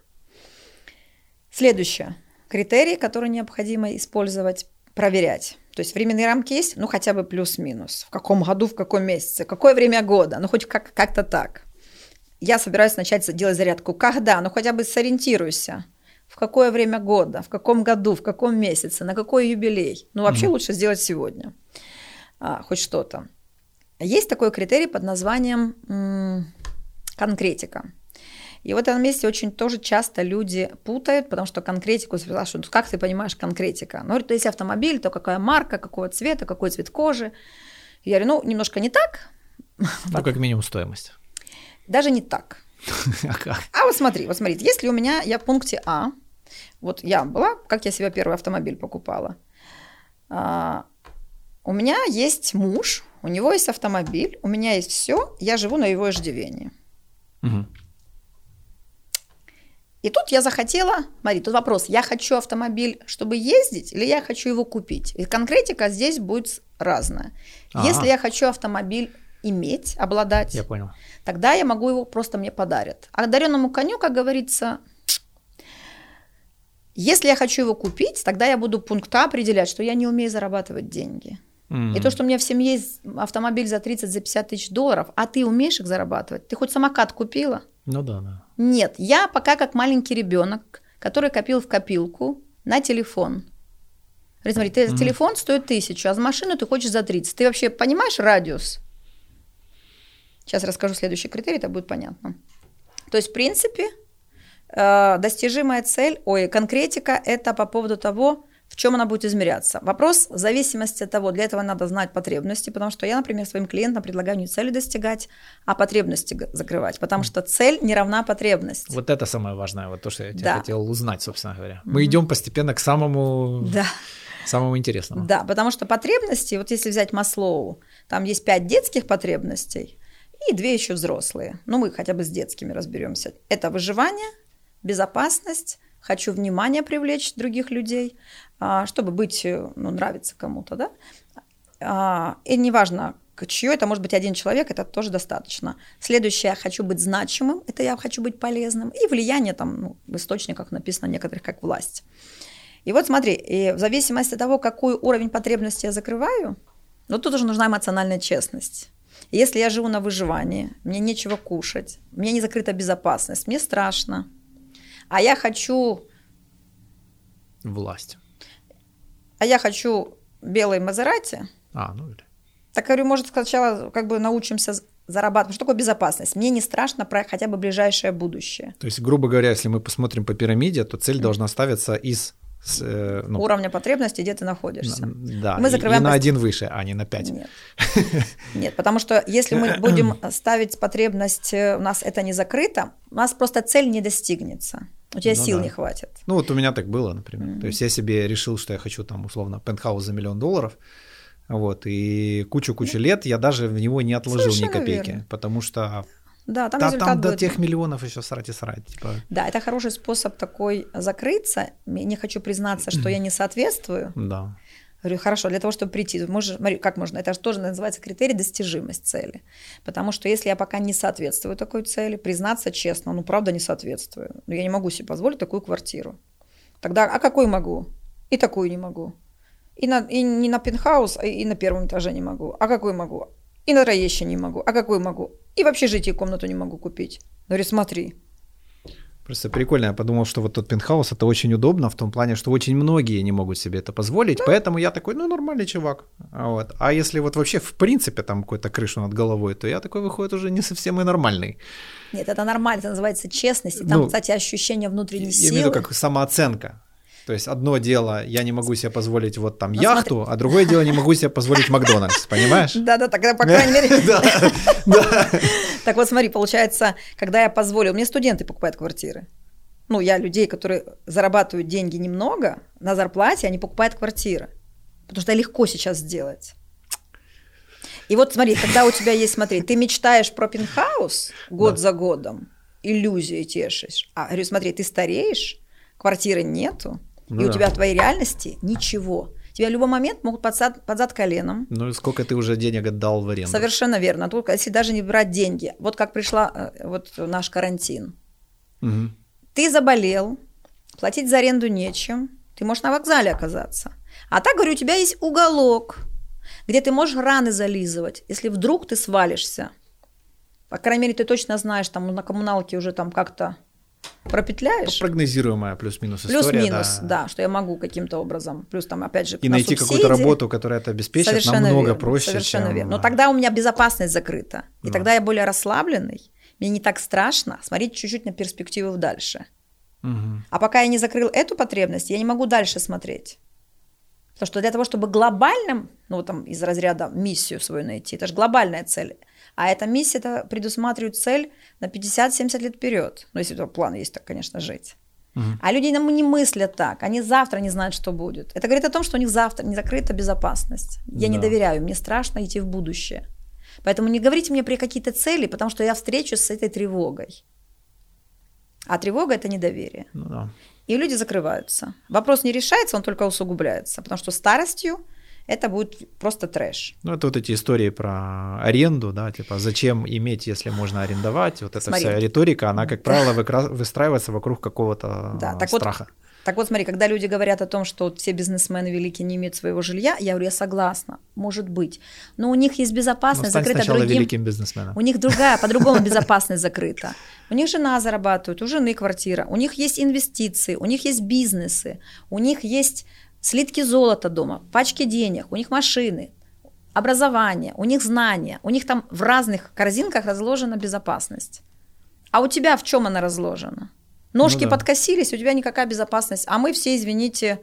Следующее. Критерии, которые необходимо использовать, проверять. То есть временные рамки есть, ну хотя бы плюс-минус. В каком году, в каком месяце, какое время года, ну хоть как- как-то так. Я собираюсь начать делать зарядку. Когда? Ну хотя бы сориентируйся. В какое время года, в каком году, в каком месяце, на какой юбилей. Ну вообще mm-hmm. лучше сделать сегодня. А, хоть что-то. Есть такой критерий под названием м- конкретика. И в этом месте очень тоже часто люди путают, потому что конкретику спрашивают, как ты понимаешь конкретика? Ну, говорят, если автомобиль, то какая марка, какого цвета, какой цвет кожи. Я говорю, ну, немножко не так. Ну, как минимум стоимость. Даже не так. А как? А вот смотри, вот смотри, если у меня, я в пункте А, вот я была, как я себе первый автомобиль покупала, а, у меня есть муж, у него есть автомобиль, у меня есть все, я живу на его иждивении. Угу. И тут я захотела, смотри, тут вопрос, я хочу автомобиль, чтобы ездить, или я хочу его купить? И конкретика здесь будет разная. А-а. Если я хочу автомобиль иметь, обладать, я понял. Тогда я могу его, просто мне подарят. А одаренному коню, как говорится, если я хочу его купить, тогда я буду пункт А определять, что я не умею зарабатывать деньги. Mm-hmm. И то, что у меня в семье есть автомобиль за тридцать, за пятьдесят тысяч долларов, а ты умеешь их зарабатывать? Ты хоть самокат купила? Ну да, да. Нет, я пока как маленький ребенок, который копил в копилку на телефон. Смотри, смотри, ты, mm-hmm. телефон стоит тысячу, а за машину ты хочешь за тридцать. Ты вообще понимаешь радиус? Сейчас расскажу следующий критерий, это будет понятно. То есть, в принципе, достижимая цель, ой, конкретика – это по поводу того, в чем она будет измеряться. Вопрос в зависимости от того, для этого надо знать потребности, потому что я, например, своим клиентам предлагаю не цели достигать, а потребности закрывать, потому что цель не равна потребности. Вот это самое важное, вот то, что я да. хотел узнать, собственно говоря. Мы mm-hmm. идем постепенно к самому, да. самому интересному. Да, потому что потребности, вот если взять Маслоу, там есть пять детских потребностей, и две еще взрослые. Ну, мы хотя бы с детскими разберемся. Это выживание, безопасность, хочу внимание привлечь других людей, чтобы быть, ну, нравиться кому-то, да. И неважно, чье, это может быть один человек, это тоже достаточно. Следующее, хочу быть значимым, это я хочу быть полезным. И влияние там, ну, в источниках написано некоторых как власть. И вот смотри, и в зависимости от того, какой уровень потребности я закрываю, ну, тут уже нужна эмоциональная честность. Если я живу на выживании, мне нечего кушать, у меня не закрыта безопасность, мне страшно, а я хочу... Власть. А я хочу белый Мазерати. А, ну или... Так, говорю, может, сначала как бы научимся зарабатывать. Что такое безопасность? Мне не страшно про хотя бы ближайшее будущее. То есть, грубо говоря, если мы посмотрим по пирамиде, то цель mm. должна ставиться из с, э, ну, уровня потребностей, где ты находишься. Да, мы и, закрываем и на пост... один выше, а не на пять. Нет. Нет, потому что если мы будем ставить потребность, у нас это не закрыто, у нас просто цель не достигнется. У тебя ну, сил да. не хватит. Ну вот у меня так было, например. Mm-hmm. То есть я себе решил, что я хочу там условно пентхаус за миллион долларов, вот, и кучу-кучу mm-hmm. лет я даже в него не отложил Совершенно ни копейки, верно. Потому что да, там, да, там будет... до тех миллионов еще срать и срать. Типа... Да, это хороший способ такой закрыться. Я не хочу признаться, что я не соответствую. Да. Говорю, хорошо, для того, чтобы прийти, можешь, смотри, как можно, это же тоже называется критерий достижимость цели. Потому что если я пока не соответствую такой цели, признаться честно, ну правда не соответствую. Но я не могу себе позволить такую квартиру. Тогда, а какой могу? И такую не могу. И, на, и не на пентхаус, и на первом этаже не могу. А какой могу? И на Троещине не могу. А какой могу? И в общежитии комнату не могу купить. Говорю, смотри. Просто прикольно, я подумал, что вот тот пентхаус это очень удобно в том плане, что очень многие не могут себе это позволить, да. Поэтому я такой, ну нормальный чувак. Вот. А если вот вообще в принципе там какую-то крышу над головой, то я такой выходит уже не совсем и нормальный. Нет, это нормально, это называется честность, и там, ну, кстати, ощущение внутренней я силы. Я имею в виду как самооценка. То есть одно дело, я не могу себе позволить вот там ну, яхту, смотри. А другое дело, не могу себе позволить Макдональдс, понимаешь? Да-да, тогда, по крайней мере... Так вот смотри, получается, когда я позволил... Мне студенты покупают квартиры. Ну, я людей, которые зарабатывают деньги немного, на зарплате они покупают квартиры. Потому что это легко сейчас сделать. И вот смотри, когда у тебя есть, смотри, ты мечтаешь про пентхаус год за годом, иллюзией тешишь. А говорю, смотри, ты стареешь, квартиры нету, ну, и у тебя в твоей реальности ничего. Тебя в любой момент могут под зад, под зад коленом. Ну и сколько ты уже денег отдал в аренду? Совершенно верно. Только если даже не брать деньги. Вот как пришла вот наш карантин. Угу. Ты заболел, платить за аренду нечем, ты можешь на вокзале оказаться. А так, говорю, у тебя есть уголок, где ты можешь раны зализывать, если вдруг ты свалишься. По крайней мере, ты точно знаешь, там на коммуналке уже там как-то пропетляешь. Прогнозируемая плюс-минус плюс история. Плюс-минус, да. да, что я могу каким-то образом. Плюс там, опять же, и на найти субсидии. Какую-то работу, которая это обеспечит, совершенно намного верно, проще, совершенно чем... верно. Но тогда у меня безопасность закрыта. И да. Тогда я более расслабленный. Мне не так страшно смотреть чуть-чуть на перспективу дальше. Угу. А пока я не закрыл эту потребность, я не могу дальше смотреть. Потому что для того, чтобы глобальным, ну там из разряда миссию свою найти, это же глобальная цель. А эта миссия это предусматривает цель на пятьдесят-семьдесят лет вперед. Ну, если у план есть, так, конечно, жить. Угу. А люди не мыслят так. Они завтра не знают, что будет. Это говорит о том, что у них завтра не закрыта безопасность. Я да. не доверяю, мне страшно идти в будущее. Поэтому не говорите мне про какие-то цели, потому что я встречусь с этой тревогой. А тревога – это недоверие. Ну, да. И люди закрываются. Вопрос не решается, он только усугубляется. Потому что старостью это будет просто трэш. Ну, это вот эти истории про аренду, да, типа зачем иметь, если можно арендовать. Вот эта смотри. Вся риторика, она, как правило, выстраивается вокруг какого-то да, так страха. Вот, так вот, смотри, когда люди говорят о том, что все бизнесмены великие не имеют своего жилья, я говорю, я согласна, может быть. Но у них есть безопасность ну, закрыта другим. великим бизнесменом. У них другая, по-другому безопасность закрыта. У них жена зарабатывает, у жены квартира, у них есть инвестиции, у них есть бизнесы, у них есть слитки золота дома, пачки денег, у них машины, образование, у них знания, у них там в разных корзинках разложена безопасность. А у тебя в чем она разложена? Ножки ну, да. подкосились, у тебя никакая безопасность. А мы все, извините,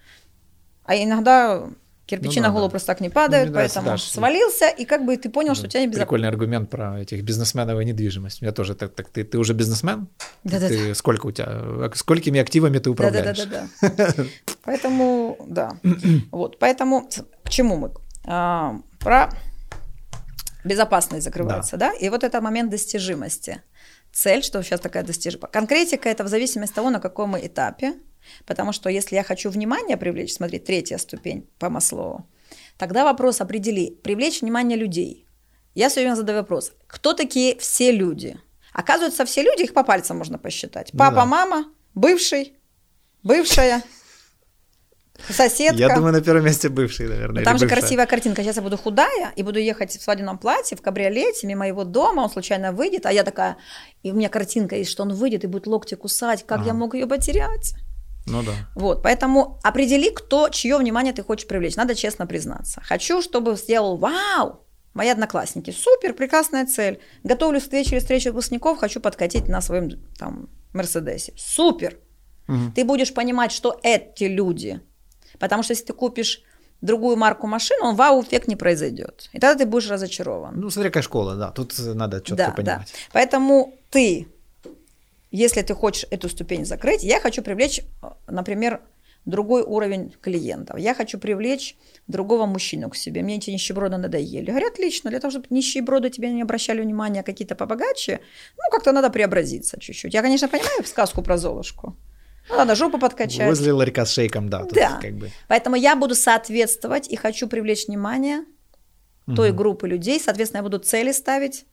а иногда кирпичи ну, да, на голову да. просто так не падают, ну, поэтому да, свалился, и как бы ты понял, да. что у тебя не безопасно. Прикольный аргумент про этих бизнесменов и недвижимость. У меня тоже так, так ты, ты уже бизнесмен? Да-да-да. Ты, сколько у тебя, сколькими активами ты управляешь? Да-да-да. Поэтому, да. Вот, поэтому к чему мы? А, про безопасность закрывается, да. да? И вот это момент достижимости. Цель, что сейчас такая достижимая. Конкретика – это в зависимости от того, на каком мы этапе. Потому что если я хочу внимание привлечь, смотри, третья ступень по Маслоу, тогда вопрос определи, привлечь внимание людей. Я все время задаю вопрос, кто такие все люди? Оказывается, все люди, их по пальцам можно посчитать. Папа, ну да. мама, бывший, бывшая, соседка. Я думаю, на первом месте бывший, наверное. Но там же бывшая. Красивая картинка. Сейчас я буду худая и буду ехать в свадебном платье, в кабриолете, мимо его дома, он случайно выйдет, а я такая, и у меня картинка есть, что он выйдет и будет локти кусать, как ага. я мог ее потерять? Ну да. Вот, поэтому определи, кто, чье внимание ты хочешь привлечь. Надо честно признаться. Хочу, чтобы сделал вау, мои одноклассники. Супер, прекрасная цель. Готовлюсь к встрече или встрече выпускников, хочу подкатить на своем там Мерседесе. Супер. Угу. Ты будешь понимать, что эти люди. Потому что если ты купишь другую марку машины, он вау-эффект не произойдет. И тогда ты будешь разочарован. Ну, смотри, какая школа, да. Тут надо четко да, понимать. Да. Поэтому ты, если ты хочешь эту ступень закрыть, я хочу привлечь, например, другой уровень клиентов. Я хочу привлечь другого мужчину к себе. Мне эти нищеброды надоели. Говорят, отлично, для того, чтобы нищеброды тебе не обращали внимания, а какие-то побогаче, ну, как-то надо преобразиться чуть-чуть. Я, конечно, понимаю сказку про Золушку. Ну, надо жопу подкачать. Возле ларька с шейком, да. Да. Как бы... Поэтому я буду соответствовать и хочу привлечь внимание угу. той группы людей. Соответственно, я буду цели ставить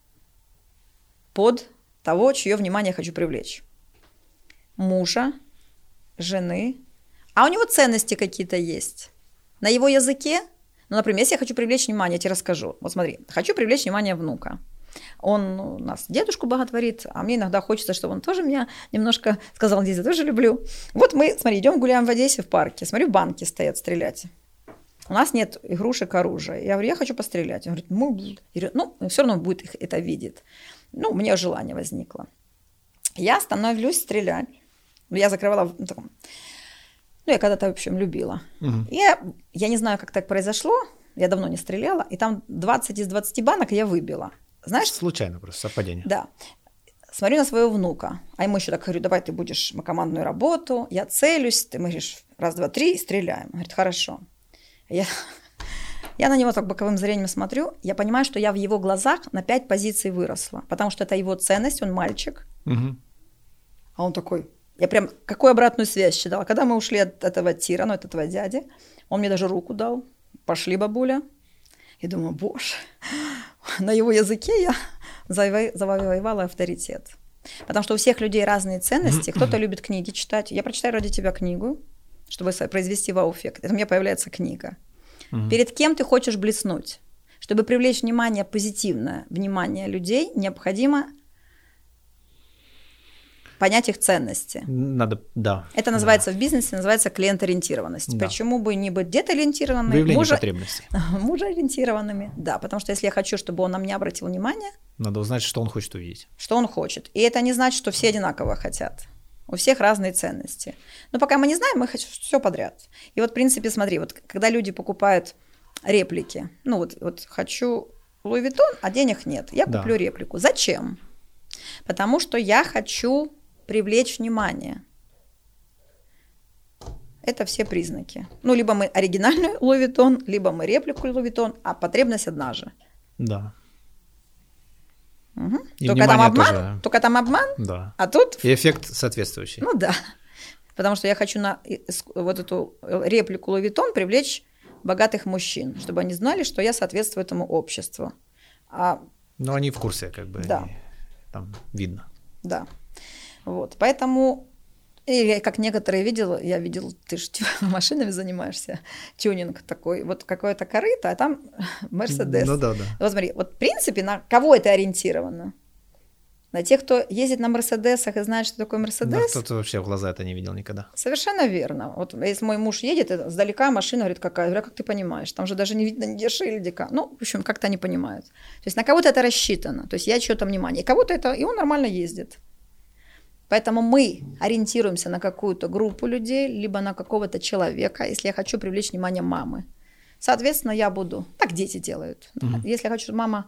под того, чье внимание я хочу привлечь. Мужа, жены. А у него ценности какие-то есть. На его языке, ну, например, если я хочу привлечь внимание, я тебе расскажу. Вот смотри, хочу привлечь внимание внука. Он у нас дедушку боготворит, а мне иногда хочется, чтобы он тоже меня немножко сказал, здесь я тоже люблю. Вот мы, смотри, идем гуляем в Одессе в парке, смотрю, банки стоят стрелять. У нас нет игрушек, оружия. Я говорю, я хочу пострелять. Он говорит, ну, я говорю, ну все равно будет их это видеть. Ну, у меня желание возникло. Я становлюсь стрелять. Я закрывала... Ну, я когда-то, в общем, любила. Угу. Я, я не знаю, как так произошло. Я давно не стреляла. И там двадцать из двадцати банок я выбила. Знаешь? Случайно просто, совпадение. Да. Смотрю на своего внука. А ему еще так говорю, давай ты будешь командную работу. Я целюсь. Ты говоришь, раз, два, три, и стреляем. Он говорит, хорошо. Я, я на него так боковым зрением смотрю. Я понимаю, что я в его глазах на пять позиций выросла. Потому что это его ценность, он мальчик. Угу. А он такой... Я прям какую обратную связь читала. Когда мы ушли от этого тира, ну, от этого дяди, он мне даже руку дал. Пошли, бабуля. И думаю, боже, на его языке я завоевала авторитет. Потому что у всех людей разные ценности. Кто-то любит книги читать. Я прочитаю ради тебя книгу, чтобы произвести вау-эффект. Это у меня появляется книга. Mm-hmm. Перед кем ты хочешь блеснуть? Чтобы привлечь внимание, позитивное внимание людей, необходимо понять их ценности. Надо, да. Это называется да. в бизнесе, называется клиент-ориентированность. Да. Почему бы не быть детоориентированными? Выявление мужа... потребностей. Мужа-ориентированными, да. Потому что если я хочу, чтобы он на меня обратил внимание... Надо узнать, что он хочет увидеть. Что он хочет. И это не значит, что все одинаково хотят. У всех разные ценности. Но пока мы не знаем, мы хотим все подряд. И вот, в принципе, смотри, вот когда люди покупают реплики, ну вот, вот хочу Луи Виттон, а денег нет, я куплю да. реплику. Зачем? Потому что я хочу... привлечь внимание. Это все признаки. Ну, либо мы оригинальный Луи Виттон, либо мы реплику Луи Виттон, а потребность одна же. Да. Угу. Только, там обман, тоже... только там обман, да. а тут... И эффект соответствующий. Ну да. Потому что я хочу на вот эту реплику Луи Виттон привлечь богатых мужчин, чтобы они знали, что я соответствую этому обществу. А... Ну, они в курсе, как бы. Да. Там видно. Да. Вот, поэтому, и как некоторые видела, я видел, ты же машинами занимаешься, тюнинг такой, вот какое-то корыто, а там Мерседес. Ну да, да. Вот смотри, вот в принципе, на кого это ориентировано? На тех, кто ездит на Мерседесах и знает, что такое Мерседес? Да, кто-то вообще в глаза это не видел никогда. Совершенно верно. Вот если мой муж едет, сдалека машина, говорит, какая? Я говорю, как ты понимаешь? Там же даже не видно ни шильдика. Ну, в общем, как-то они понимают. То есть на кого-то это рассчитано. То есть я чьё-то внимание. И кого-то это, и он нормально ездит. Поэтому мы ориентируемся на какую-то группу людей, либо на какого-то человека, если я хочу привлечь внимание мамы. Соответственно, я буду... Так дети делают. Mm-hmm. Если я хочу, чтобы мама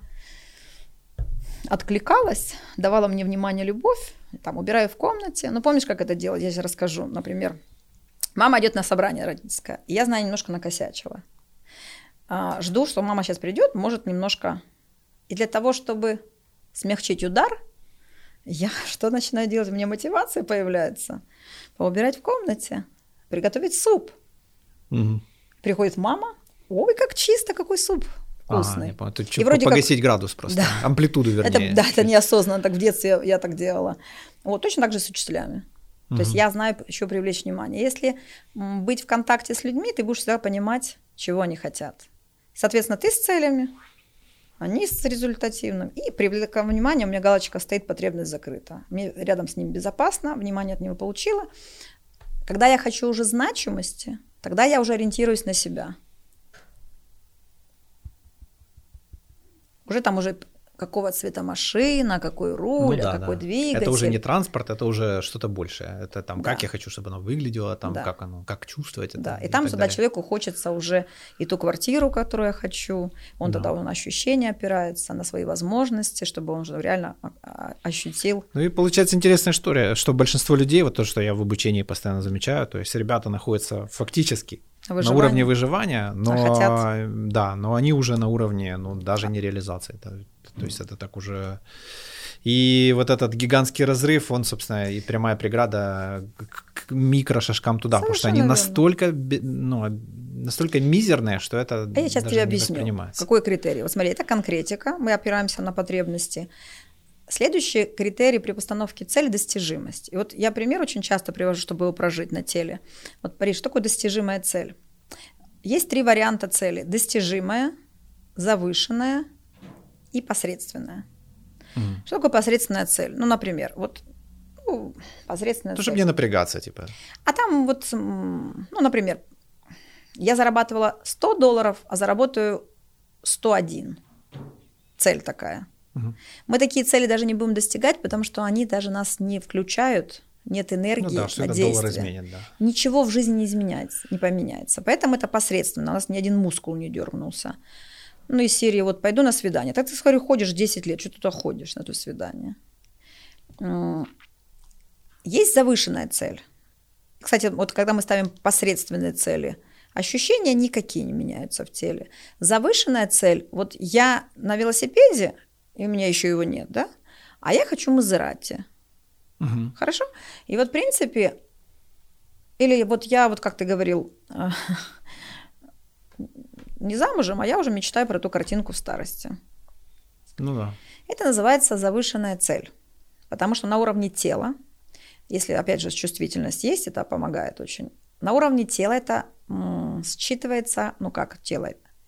откликалась, давала мне внимание, любовь, там, убираю в комнате. Ну, помнишь, как это делать? Я сейчас расскажу. Например, мама идет на собрание родительское, и я, знаю, немножко накосячила. А, жду, что мама сейчас придет, может, немножко... И для того, чтобы смягчить удар, я что начинаю делать? У меня мотивация появляется. Поубирать в комнате, приготовить суп. Угу. Приходит мама, ой, как чисто, какой суп вкусный. Ага, не Тут и вроде погасить как... градус просто, да. амплитуду вернее. Это, да, это неосознанно, так в детстве я так делала. Вот, точно так же с учителями. Угу. То есть я знаю, еще привлечь внимание. Если быть в контакте с людьми, ты будешь всегда понимать, чего они хотят. Соответственно, ты с целями, они с результативным. И привлекая внимание, у меня галочка стоит, потребность закрыта. Мне рядом с ним безопасно, внимание от него получила. Когда я хочу уже значимости, тогда я уже ориентируюсь на себя. Уже там уже какого цвета машина, какой руль, ну, да, какой да. двигатель. Это уже не транспорт, это уже что-то большее. Это там, да. как я хочу, чтобы оно выглядело, там, да. как оно, как чувствовать это. Да, и, и там так сюда далее. человеку хочется уже и ту квартиру, которую я хочу, он да. тогда он на ощущения опирается, на свои возможности, чтобы он уже реально ощутил. Ну и получается интересная история, что большинство людей, вот то, что я в обучении постоянно замечаю, то есть ребята находятся фактически Выживание. на уровне выживания, но, а хотят. Да, но они уже на уровне, ну, даже не реализации. То, то есть это так уже... И вот этот гигантский разрыв, он, собственно, и прямая преграда к микрошажкам туда, совершенно потому что они верно. настолько, ну, настолько мизерные, что это а я сейчас даже тебе не объясню, какой критерий. Вот смотри, это конкретика, мы опираемся на потребности. Следующий критерий при постановке цели – достижимость. И вот я пример очень часто привожу, чтобы его прожить на теле. Вот, Париж, что такое достижимая цель? Есть три варианта цели – достижимая, завышенная и посредственная. Mm. Что такое посредственная цель? Ну, например, вот ну, посредственная ну, цель. Чтобы не напрягаться, типа. А там вот, ну, например, я зарабатывала сто долларов, а заработаю сто один. Цель такая. Угу. Мы такие цели даже не будем достигать, потому что они даже нас не включают, нет энергии ну да, что на это действие. Доллар изменит, да. Ничего в жизни не изменяется, не поменяется. Поэтому это посредственно. У нас ни один мускул не дернулся. Ну, из серии вот пойду на свидание. Так ты, смотри, ходишь десять лет, что ты туда ходишь на то свидание? Есть завышенная цель. Кстати, вот когда мы ставим посредственные цели, ощущения никакие не меняются в теле. Завышенная цель, вот я на велосипеде, и у меня еще его нет, да? А я хочу Мазерати. Угу. Хорошо? И вот, в принципе, или вот я, вот как ты говорил, не замужем, а я уже мечтаю про эту картинку в старости. Ну да. Это называется завышенная цель. Потому что на уровне тела, если, опять же, чувствительность есть, это помогает очень. На уровне тела это м, считывается, ну как тело,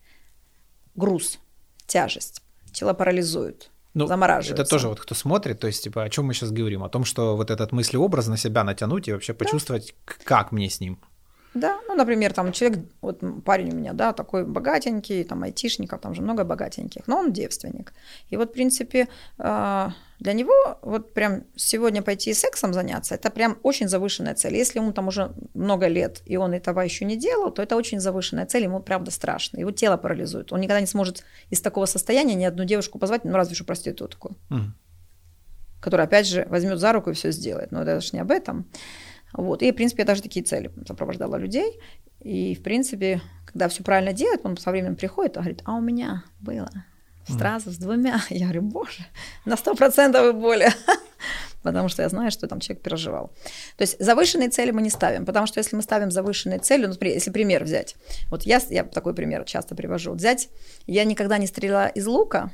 груз, тяжесть. Тело парализует, ну, замораживается. Это тоже вот кто смотрит, то есть, типа, о чем мы сейчас говорим? О том, что вот этот мыслеобраз на себя натянуть и вообще да. почувствовать, как мне с ним. Да, ну, например, там человек, вот парень у меня, да, такой богатенький, там айтишников, там же много богатеньких, но он девственник. И вот, в принципе, для него вот прям сегодня пойти сексом заняться, это прям очень завышенная цель. Если ему там уже много лет, и он этого еще не делал, то это очень завышенная цель, ему правда страшно. Его тело парализует. Он никогда не сможет из такого состояния ни одну девушку позвать, ну, разве что проститутку, mm. которая, опять же, возьмет за руку и все сделает. Но это же не об этом. Вот. И, в принципе, я даже такие цели сопровождала людей. И, в принципе, когда все правильно делает, он со временем приходит и говорит, а у меня было сразу с двумя. Я говорю, боже, на сто процентов и более. Потому что я знаю, что там человек переживал. То есть завышенные цели мы не ставим. Потому что если мы ставим завышенные цели, ну, если пример взять. Вот я, я такой пример часто привожу. Взять, я никогда не стреляла из лука.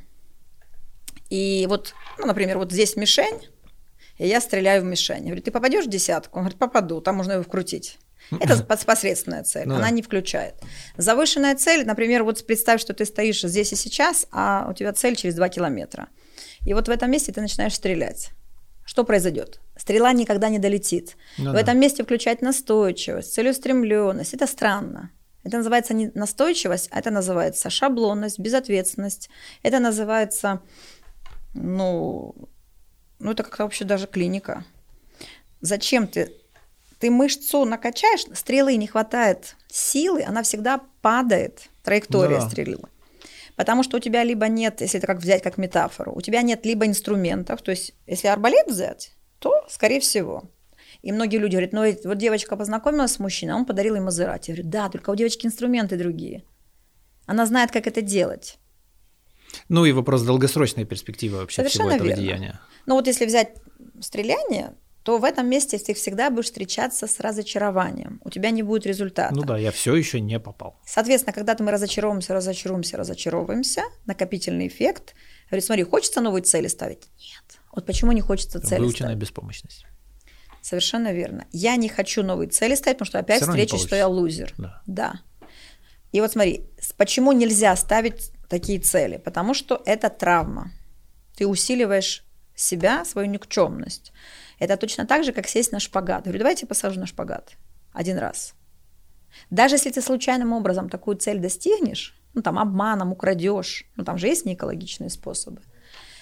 И вот, ну, например, вот здесь мишень. И я стреляю в мишень. Я говорю, ты попадешь в десятку? Он говорит, попаду, там можно его вкрутить. Это посредственная цель, ну, она да. не включает. Завышенная цель, например, вот представь, что ты стоишь здесь и сейчас, а у тебя цель через два километра. И вот в этом месте ты начинаешь стрелять. Что произойдет? Стрела никогда не долетит. Ну, в да. этом месте включать настойчивость, целеустремленность. Это странно. Это называется не настойчивость, а это называется шаблонность, безответственность. Это называется, ну... Ну, это как-то вообще даже клиника. Зачем ты? Ты мышцу накачаешь, стрелы не хватает силы, она всегда падает, траектория да. стрелы. Потому что у тебя либо нет, если это как взять как метафору, у тебя нет либо инструментов, то есть если арбалет взять, то, скорее всего. И многие люди говорят, ну, вот девочка познакомилась с мужчиной, он подарил ей Мазерати. Я говорю, да, только у девочки инструменты другие. Она знает, как это делать. Ну и вопрос долгосрочной перспективы вообще Совершенно всего этого верно. Деяния. Ну вот если взять стреляние, то в этом месте ты всегда будешь встречаться с разочарованием. У тебя не будет результата. Ну да, я все еще не попал. Соответственно, когда мы разочаровываемся, разочаровываемся, разочаровываемся, накопительный эффект. Говорит, смотри, хочется новые цели ставить? Нет. Вот почему не хочется цели Выученная ставить? беспомощность. Совершенно верно. Я не хочу новые цели ставить, потому что опять встречусь, что я лузер. Да. да. И вот смотри, почему нельзя ставить такие цели? Потому что это травма. Ты усиливаешь себя, свою никчемность. Это точно так же, как сесть на шпагат. Говорю, давайте я посажу на шпагат один раз. Даже если ты случайным образом такую цель достигнешь, ну там обманом украдешь, ну там же есть неэкологичные способы,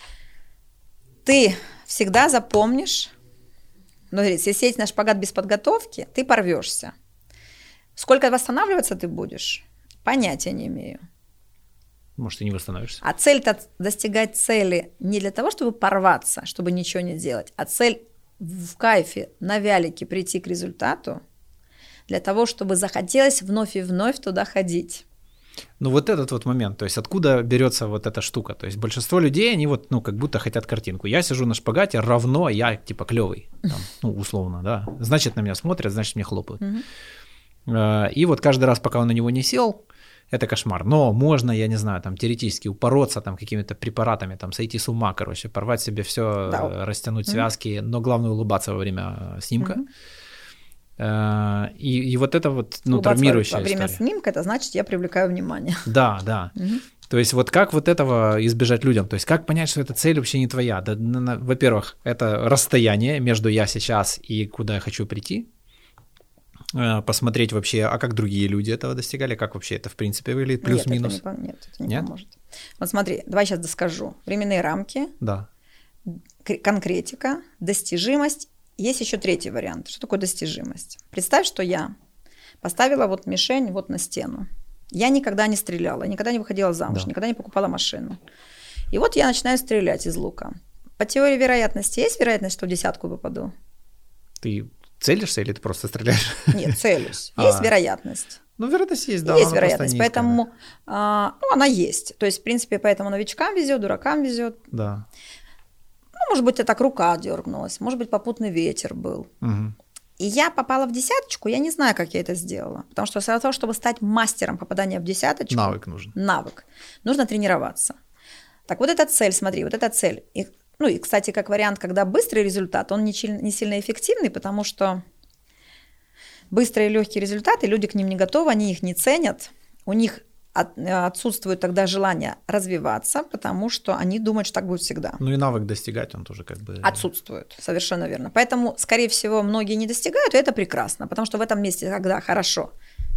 ты всегда запомнишь, ну, если сесть на шпагат без подготовки, ты порвешься. Сколько восстанавливаться ты будешь, понятия не имею. Может, и не восстановишься. А цель-то достигать цели не для того, чтобы порваться, чтобы ничего не делать, а цель в кайфе на вялике прийти к результату, для того, чтобы захотелось вновь и вновь туда ходить. Ну вот этот вот момент, то есть откуда берется вот эта штука, то есть большинство людей, они вот, ну, как будто хотят картинку. Я сижу на шпагате, равно я, типа, клевый, там, ну, условно, да, значит, на меня смотрят, значит, мне хлопают. Uh-huh. И вот каждый раз, пока он на него не сел, это кошмар. Но можно, я не знаю, там, теоретически упороться там какими-то препаратами, там, сойти с ума, короче, порвать себе все, да. растянуть uh-huh. связки, но главное улыбаться во время снимка. Uh-huh. И, и вот это вот, ну, травмирующая во время история. Снимка, это значит, я привлекаю внимание. Да, да. Угу. То есть вот как вот этого избежать людям? То есть как понять, что эта цель вообще не твоя? Да, на, на, во-первых, это расстояние между я сейчас и куда я хочу прийти. Посмотреть вообще, а как другие люди этого достигали, как вообще это в принципе выглядит, плюс-минус. Нет, это не, нет, это не нет? поможет. Вот смотри, давай сейчас доскажу. Временные рамки, да. конкретика, достижимость. Есть еще третий вариант. Что такое достижимость? Представь, что я поставила вот мишень вот на стену. Я никогда не стреляла, никогда не выходила замуж, да. никогда не покупала машину. И вот я начинаю стрелять из лука. По теории вероятности есть вероятность, что в десятку попаду? Ты целишься или ты просто стреляешь? Нет, целюсь. Есть вероятность. Ну, вероятность есть, да. Есть вероятность, поэтому а, ну, она есть. То есть, в принципе, поэтому новичкам везет, дуракам везет. Да. Ну, может быть, это так рука дернулась, может быть, попутный ветер был. Угу. И я попала в десяточку, я не знаю, как я это сделала. Потому что для того, чтобы стать мастером попадания в десяточку... Навык нужен. Навык. Нужно тренироваться. Так вот эта цель, смотри, вот эта цель. И, ну и, кстати, как вариант, когда быстрый результат, он не, не сильно эффективный, потому что быстрые и легкие результаты, люди к ним не готовы, они их не ценят, у них отсутствует тогда желание развиваться, потому что они думают, что так будет всегда. Ну и навык достигать, он тоже как бы... Отсутствует, совершенно верно. Поэтому, скорее всего, многие не достигают, и это прекрасно, потому что в этом месте, когда хорошо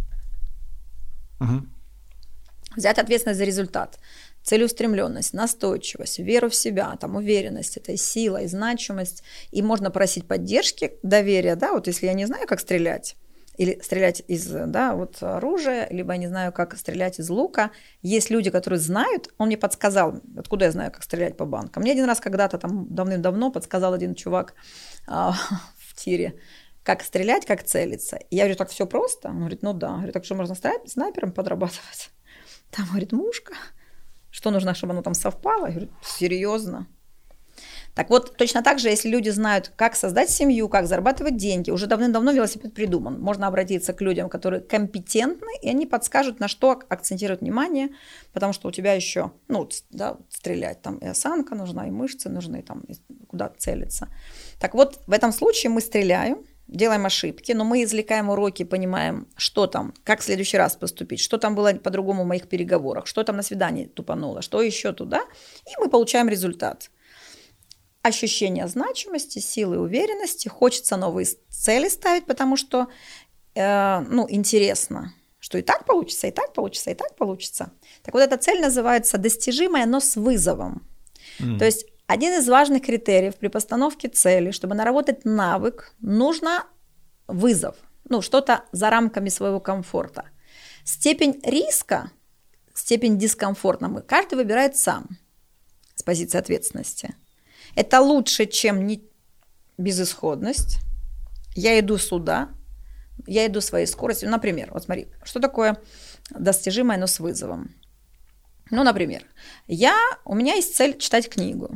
угу. взять ответственность за результат, целеустремленность, настойчивость, веру в себя, там, уверенность, это и сила, и значимость, и можно просить поддержки, доверия, да, вот если я не знаю, как стрелять, или стрелять из, да, вот оружия, либо я не знаю, как стрелять из лука. Есть люди, которые знают, он мне подсказал, откуда я знаю, как стрелять по банкам. Мне один раз когда-то там давным-давно подсказал один чувак а, в тире, как стрелять, как целиться. И я говорю, так все просто? Он говорит, ну да. Я говорю, так что можно снайпером подрабатывать? Там, говорит, мушка. Что нужно, чтобы оно там совпало? Я говорю, серьезно? Так вот, точно так же, если люди знают, как создать семью, как зарабатывать деньги, уже давным-давно велосипед придуман. Можно обратиться к людям, которые компетентны, и они подскажут, на что акцентировать внимание, потому что у тебя еще, ну, да, стрелять, там и осанка нужна, и мышцы нужны, там, и куда целиться. Так вот, в этом случае мы стреляем, делаем ошибки, но мы извлекаем уроки, понимаем, что там, как в следующий раз поступить, что там было по-другому в моих переговорах, что там на свидании тупануло, что еще туда, и мы получаем результат. Ощущение значимости, силы, уверенности, хочется новые цели ставить, потому что, э, ну, интересно, что и так получится, и так получится, и так получится. Так вот, эта цель называется достижимая, но с вызовом. Mm. То есть один из важных критериев при постановке цели, чтобы наработать навык, нужно вызов, ну, что-то за рамками своего комфорта. Степень риска, степень дискомфорта мы каждый выбирает сам с позиции ответственности. Это лучше, чем не... безысходность. Я иду сюда, я иду своей скоростью. Например, вот смотри, что такое достижимое, но с вызовом? Ну, например, я, у меня есть цель читать книгу.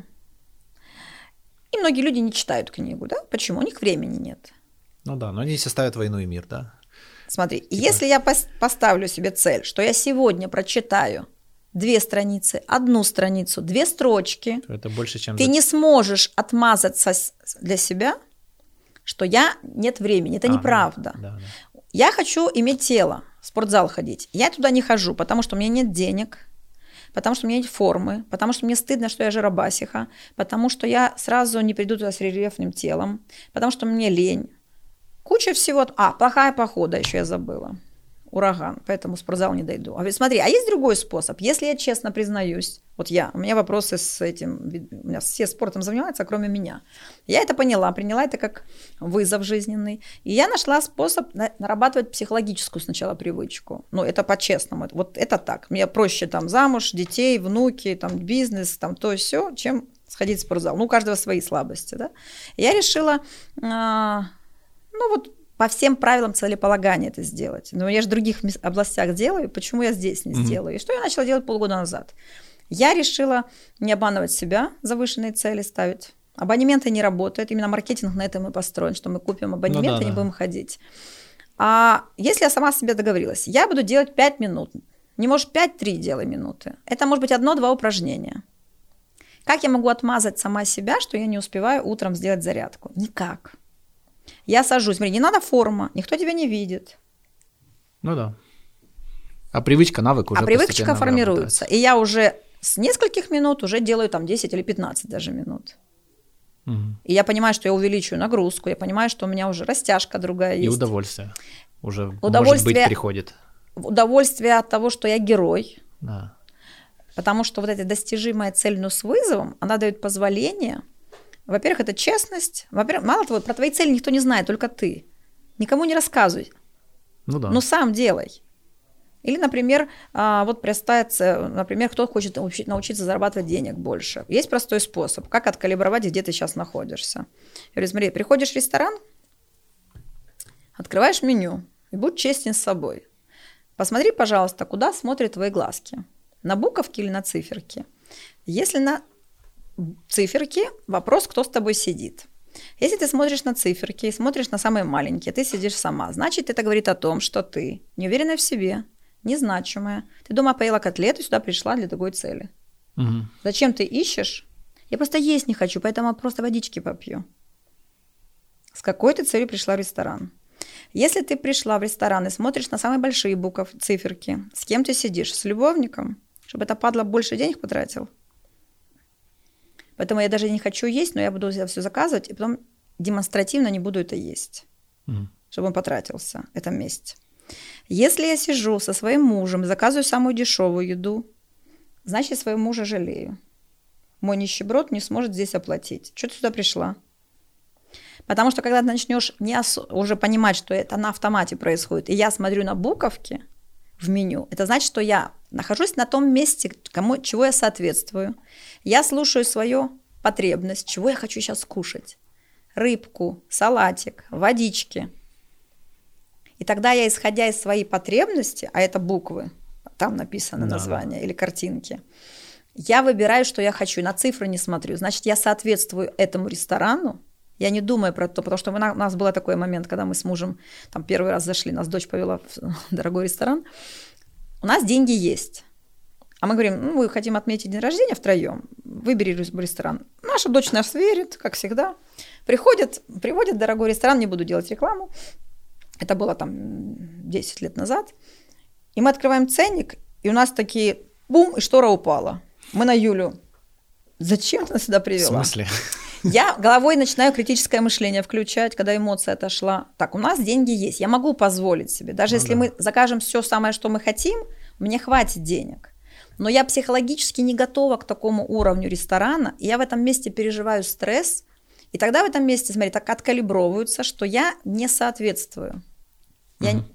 И многие люди не читают книгу, да? Почему? У них времени нет. Ну да, но они составят «Войну и мир», да? Смотри, типа... если я поставлю себе цель, что я сегодня прочитаю две страницы, одну страницу, две строчки, это больше, чем... ты не сможешь отмазаться для себя, что я нет времени. Это а, неправда. Да, да. Я хочу иметь тело, в спортзал ходить. Я туда не хожу, потому что у меня нет денег, потому что у меня нет формы, потому что мне стыдно, что я жиробасиха, потому что я сразу не приду туда с рельефным телом, потому что мне лень. Куча всего. А, плохая погода, еще я забыла. ураган, поэтому в спортзал не дойду. А смотри, а есть другой способ. Если я честно признаюсь, вот я, у меня вопросы с этим, у меня все спортом занимаются, кроме меня. Я это поняла, приняла это как вызов жизненный. И я нашла способ нарабатывать психологическую сначала привычку. Ну, это по-честному. Вот это так. Мне проще там замуж, детей, внуки, там бизнес, там то и сё, чем сходить в спортзал. Ну, у каждого свои слабости, да. И я решила, а, ну вот, по всем правилам целеполагания это сделать. Но я же в других областях делаю, почему я здесь не mm-hmm. сделаю? И что я начала делать полгода назад? Я решила не обманывать себя, завышенные цели ставить. Абонементы не работают, именно маркетинг на этом и построен, что мы купим абонемент ну, да, и не да. будем ходить. А если я сама себе договорилась, я буду делать пять минут, не может пять-три делай минуты. Это может быть одно-два упражнения. Как я могу отмазать сама себя, что я не успеваю утром сделать зарядку? Никак. Я сажусь, смотри, не надо форма, никто тебя не видит. Ну да. А привычка, навык уже А привычка формируется. И я уже с нескольких минут уже делаю там десять или пятнадцать даже минут. Угу. И я понимаю, что я увеличиваю нагрузку, я понимаю, что у меня уже растяжка другая есть. И удовольствие уже, удовольствие, может быть, приходит. Удовольствие от того, что я герой. Да. Потому что вот эта достижимая цель, но с вызовом, она дает позволение. Во-первых, это честность. Во-первых, мало того, про твои цели никто не знает, только ты. Никому не рассказывай. Ну да. Но сам делай. Или, например, вот представится, например, кто хочет научиться зарабатывать денег больше. Есть простой способ, как откалибровать, где ты сейчас находишься. Я говорю, смотри, приходишь в ресторан, открываешь меню и будь честен с собой. Посмотри, пожалуйста, куда смотрят твои глазки. На буковки или на циферки? Если на циферки, вопрос, кто с тобой сидит. Если ты смотришь на циферки и смотришь на самые маленькие, ты сидишь сама, значит, это говорит о том, что ты неуверенная в себе, незначимая. Ты дома поела котлету, сюда пришла для такой цели. Угу. Зачем ты ищешь? Я просто есть не хочу, поэтому просто водички попью. С какой ты целью пришла в ресторан? Если ты пришла в ресторан и смотришь на самые большие буквы, циферки, с кем ты сидишь? С любовником? Чтобы это падла больше денег потратил? Поэтому я даже не хочу есть, но я буду это все заказывать, и потом демонстративно не буду это есть, mm. чтобы он потратился. Это месть. Если я сижу со своим мужем, заказываю самую дешевую еду, значит, своего мужа жалею. Мой нищеброд не сможет здесь оплатить. Что ты сюда пришла? Потому что когда ты начнешь не ос- уже понимать, что это на автомате происходит, и я смотрю на буковки в меню, это значит, что я нахожусь на том месте, кому, чего я соответствую. Я слушаю свою потребность, чего я хочу сейчас кушать. Рыбку, салатик, водички. И тогда я, исходя из своей потребности, а это буквы, там написано да. название или картинки, я выбираю, что я хочу, на цифры не смотрю. Значит, я соответствую этому ресторану. Я не думаю про то, потому что у нас был такой момент, когда мы с мужем там первый раз зашли, нас дочь повела в дорогой ресторан. У нас деньги есть. А мы говорим, ну, мы хотим отметить день рождения втроем, выбери ресторан. Наша дочь нас верит, как всегда. Приходит, приводит в дорогой ресторан, не буду делать рекламу. Это было там десять лет назад. И мы открываем ценник, и у нас такие, бум, и штора упала. Мы на Юлю. Зачем ты нас сюда привела? В смысле? Я головой начинаю критическое мышление включать, когда эмоция отошла. Так, у нас деньги есть, я могу позволить себе. Даже ну, если да. мы закажем все самое, что мы хотим, мне хватит денег. Но я психологически не готова к такому уровню ресторана, и я в этом месте переживаю стресс. И тогда в этом месте, смотри, так откалибровываются, что я не соответствую. Я... Угу.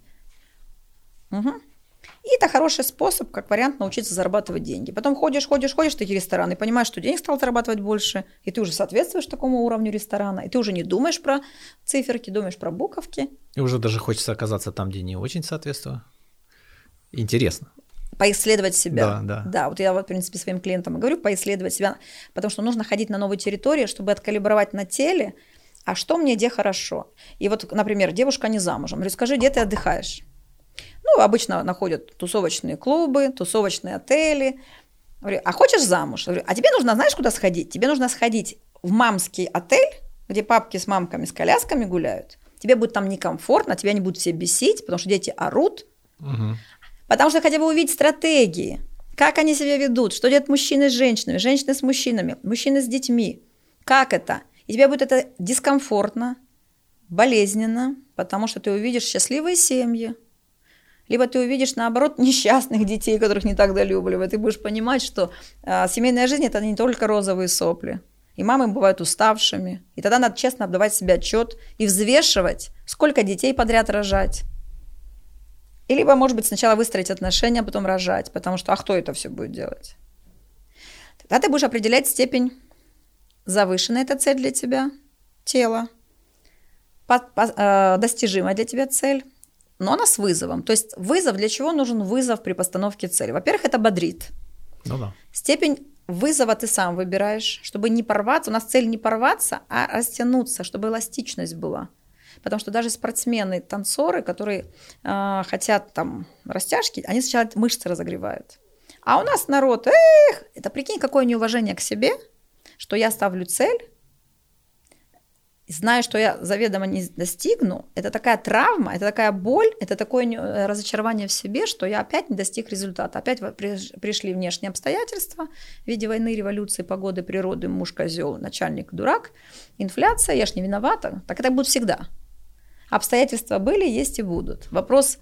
Угу. И это хороший способ, как вариант, научиться зарабатывать деньги. Потом ходишь, ходишь, ходишь в такие рестораны, и понимаешь, что денег стал зарабатывать больше, и ты уже соответствуешь такому уровню ресторана, и ты уже не думаешь про циферки, думаешь про буковки. И уже даже хочется оказаться там, где не очень соответствую. Интересно. Поисследовать себя. Да, да. Да, вот я, вот, в принципе, своим клиентам говорю, поисследовать себя, потому что нужно ходить на новые территории, чтобы откалибровать на теле, а что мне где хорошо. И вот, например, девушка не замужем. Говорю, скажи, где ты отдыхаешь? Ну, обычно находят тусовочные клубы, тусовочные отели. Говорю, а хочешь замуж? Говорю, а тебе нужно, знаешь, куда сходить? Тебе нужно сходить в мамский отель, где папки с мамками с колясками гуляют. Тебе будет там некомфортно, тебя не будут все бесить, потому что дети орут. Угу. Потому что хотя бы увидеть стратегии, как они себя ведут, что делают мужчины с женщинами, женщины с мужчинами, мужчины с детьми. Как это? И тебе будет это дискомфортно, болезненно, потому что ты увидишь счастливые семьи, Либо ты увидишь, наоборот, несчастных детей, которых не так долюбливают, и будешь понимать, что а, семейная жизнь – это не только розовые сопли. И мамы бывают уставшими. И тогда надо честно отдавать себе отчет и взвешивать, сколько детей подряд рожать. И либо, может быть, сначала выстроить отношения, а потом рожать, потому что, а кто это все будет делать? Тогда ты будешь определять степень, завышенная эта цель для тебя, тело, по, по, э, достижимая для тебя цель, но она с вызовом. То есть вызов, для чего нужен вызов при постановке цели? Во-первых, это бодрит. Ну да. Степень вызова ты сам выбираешь, чтобы не порваться. У нас цель не порваться, а растянуться, чтобы эластичность была. Потому что даже спортсмены, танцоры, которые э, хотят там растяжки, они сначала мышцы разогревают. А у нас народ, эх, это прикинь, какое неуважение к себе, что я ставлю цель, знаю, что я заведомо не достигну, это такая травма, это такая боль, это такое разочарование в себе, что я опять не достиг результата. Опять пришли внешние обстоятельства в виде войны, революции, погоды, природы, муж козел, начальник дурак, инфляция, я ж не виновата. Так это будет всегда. Обстоятельства были, есть и будут. Вопрос,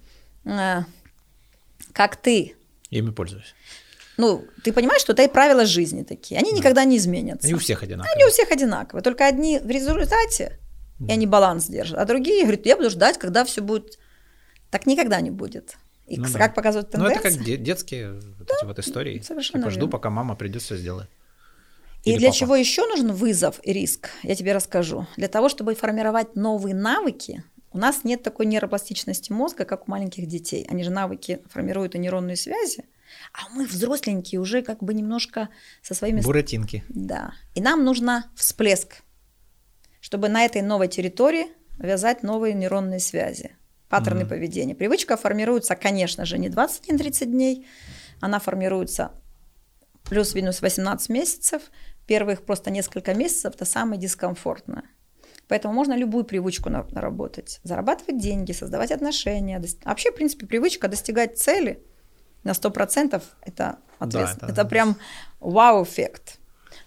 как ты... Ими пользуюсь. Ну, ты понимаешь, что это и правила жизни такие. Они да. никогда не изменятся. Они у всех одинаковые. Они у всех одинаковые. Только одни в результате, да. и они баланс держат, а другие говорят, я буду ждать, когда все будет. Так никогда не будет. И ну, как да. показывают тенденции. Ну, это как детские вот да, эти вот истории. Совершенно типа, жду, верно. пока мама придет, все сделает. И Или для папа. Чего еще нужен вызов и риск, я тебе расскажу. Для того, чтобы формировать новые навыки, у нас нет такой нейропластичности мозга, как у маленьких детей. Они же навыки формируют и нейронные связи. А мы взросленькие уже как бы немножко со своими... Буратинки. Да. И нам нужен всплеск, чтобы на этой новой территории вязать новые нейронные связи, паттерны mm-hmm. поведения. Привычка формируется, конечно же, не двадцать один тридцать дней, она формируется плюс-минус восемнадцать месяцев. Первых просто несколько месяцев – это самое дискомфортное. Поэтому можно любую привычку наработать. Зарабатывать деньги, создавать отношения. Вообще, в принципе, привычка достигать цели – на сто процентов это ответственно. Да, это, это прям вау-эффект.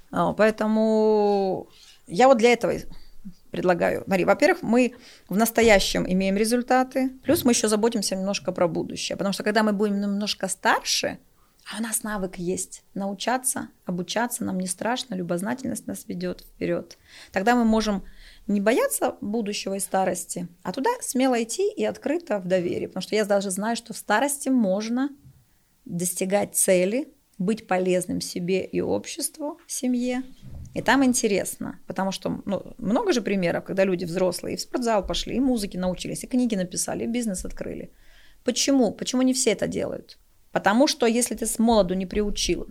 Поэтому я вот для этого предлагаю. Смотри, во-первых, мы в настоящем имеем результаты, плюс мы еще заботимся немножко про будущее. Потому что когда мы будем немножко старше, а у нас навык есть научаться, обучаться, нам не страшно, любознательность нас ведет вперед. Тогда мы можем не бояться будущего и старости, а туда смело идти и открыто в доверии. Потому что я даже знаю, что в старости можно достигать цели, быть полезным себе и обществу, семье. И там интересно, потому что ну, много же примеров, когда люди взрослые и в спортзал пошли, и музыки научились, и книги написали, и бизнес открыли. Почему? Почему не все это делают? Потому что если ты с молоду не приучил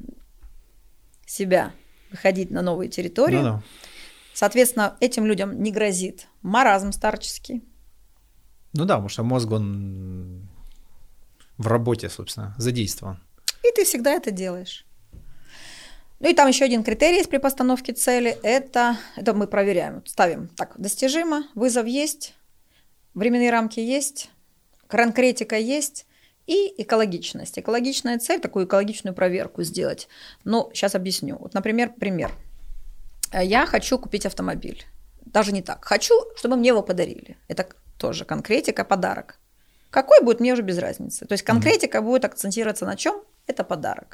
себя выходить на новые территории, ну, да. соответственно, этим людям не грозит маразм старческий. Ну да, потому что мозг, он... в работе, собственно, задействован. И ты всегда это делаешь. Ну и там еще один критерий есть при постановке цели. Это, это мы проверяем. Ставим так, достижимо, вызов есть, временные рамки есть, конкретика есть и экологичность. Экологичная цель, такую экологичную проверку сделать. Ну, сейчас объясню. Вот, например, пример. Я хочу купить автомобиль. Даже не так. Хочу, чтобы мне его подарили. Это тоже конкретика, подарок. Какой будет, мне уже без разницы. То есть конкретика mm-hmm. будет акцентироваться на чем? Это подарок.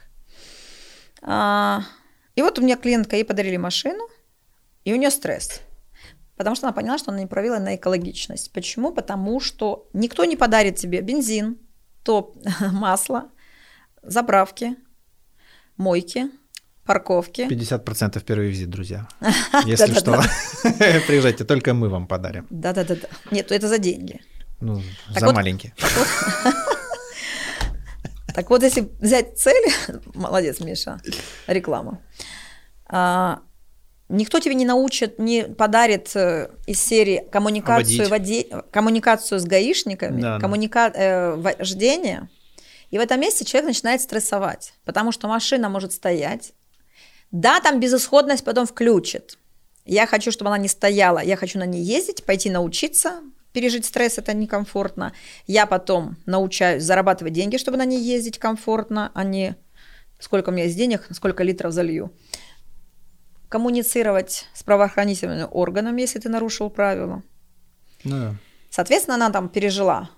А, и вот у меня клиентка, ей подарили машину, и у нее стресс. Потому что она поняла, что она не проявила на экологичность. Почему? Потому что никто не подарит тебе бензин, топ, масло, заправки, мойки, парковки. пятьдесят процентов первый визит, друзья. Если что, приезжайте, только мы вам подарим. Да-да-да. Нет, это за деньги. Ну, так за вот, маленькие. Так вот, так вот, если взять цели, молодец, Миша, реклама, а, никто тебе не научит, не подарит из серии коммуникацию, воде, коммуникацию с гаишниками, да, коммуника, да. э, вождение, и в этом месте человек начинает стрессовать, потому что машина может стоять, да, там безысходность потом включит, я хочу, чтобы она не стояла, я хочу на ней ездить, пойти научиться, пережить стресс, это некомфортно. Я потом научаюсь зарабатывать деньги, чтобы на ней ездить комфортно, а не сколько у меня есть денег, сколько литров залью. Коммуницировать с правоохранительными органами, если ты нарушил правила. Ну, да. Соответственно, она там пережила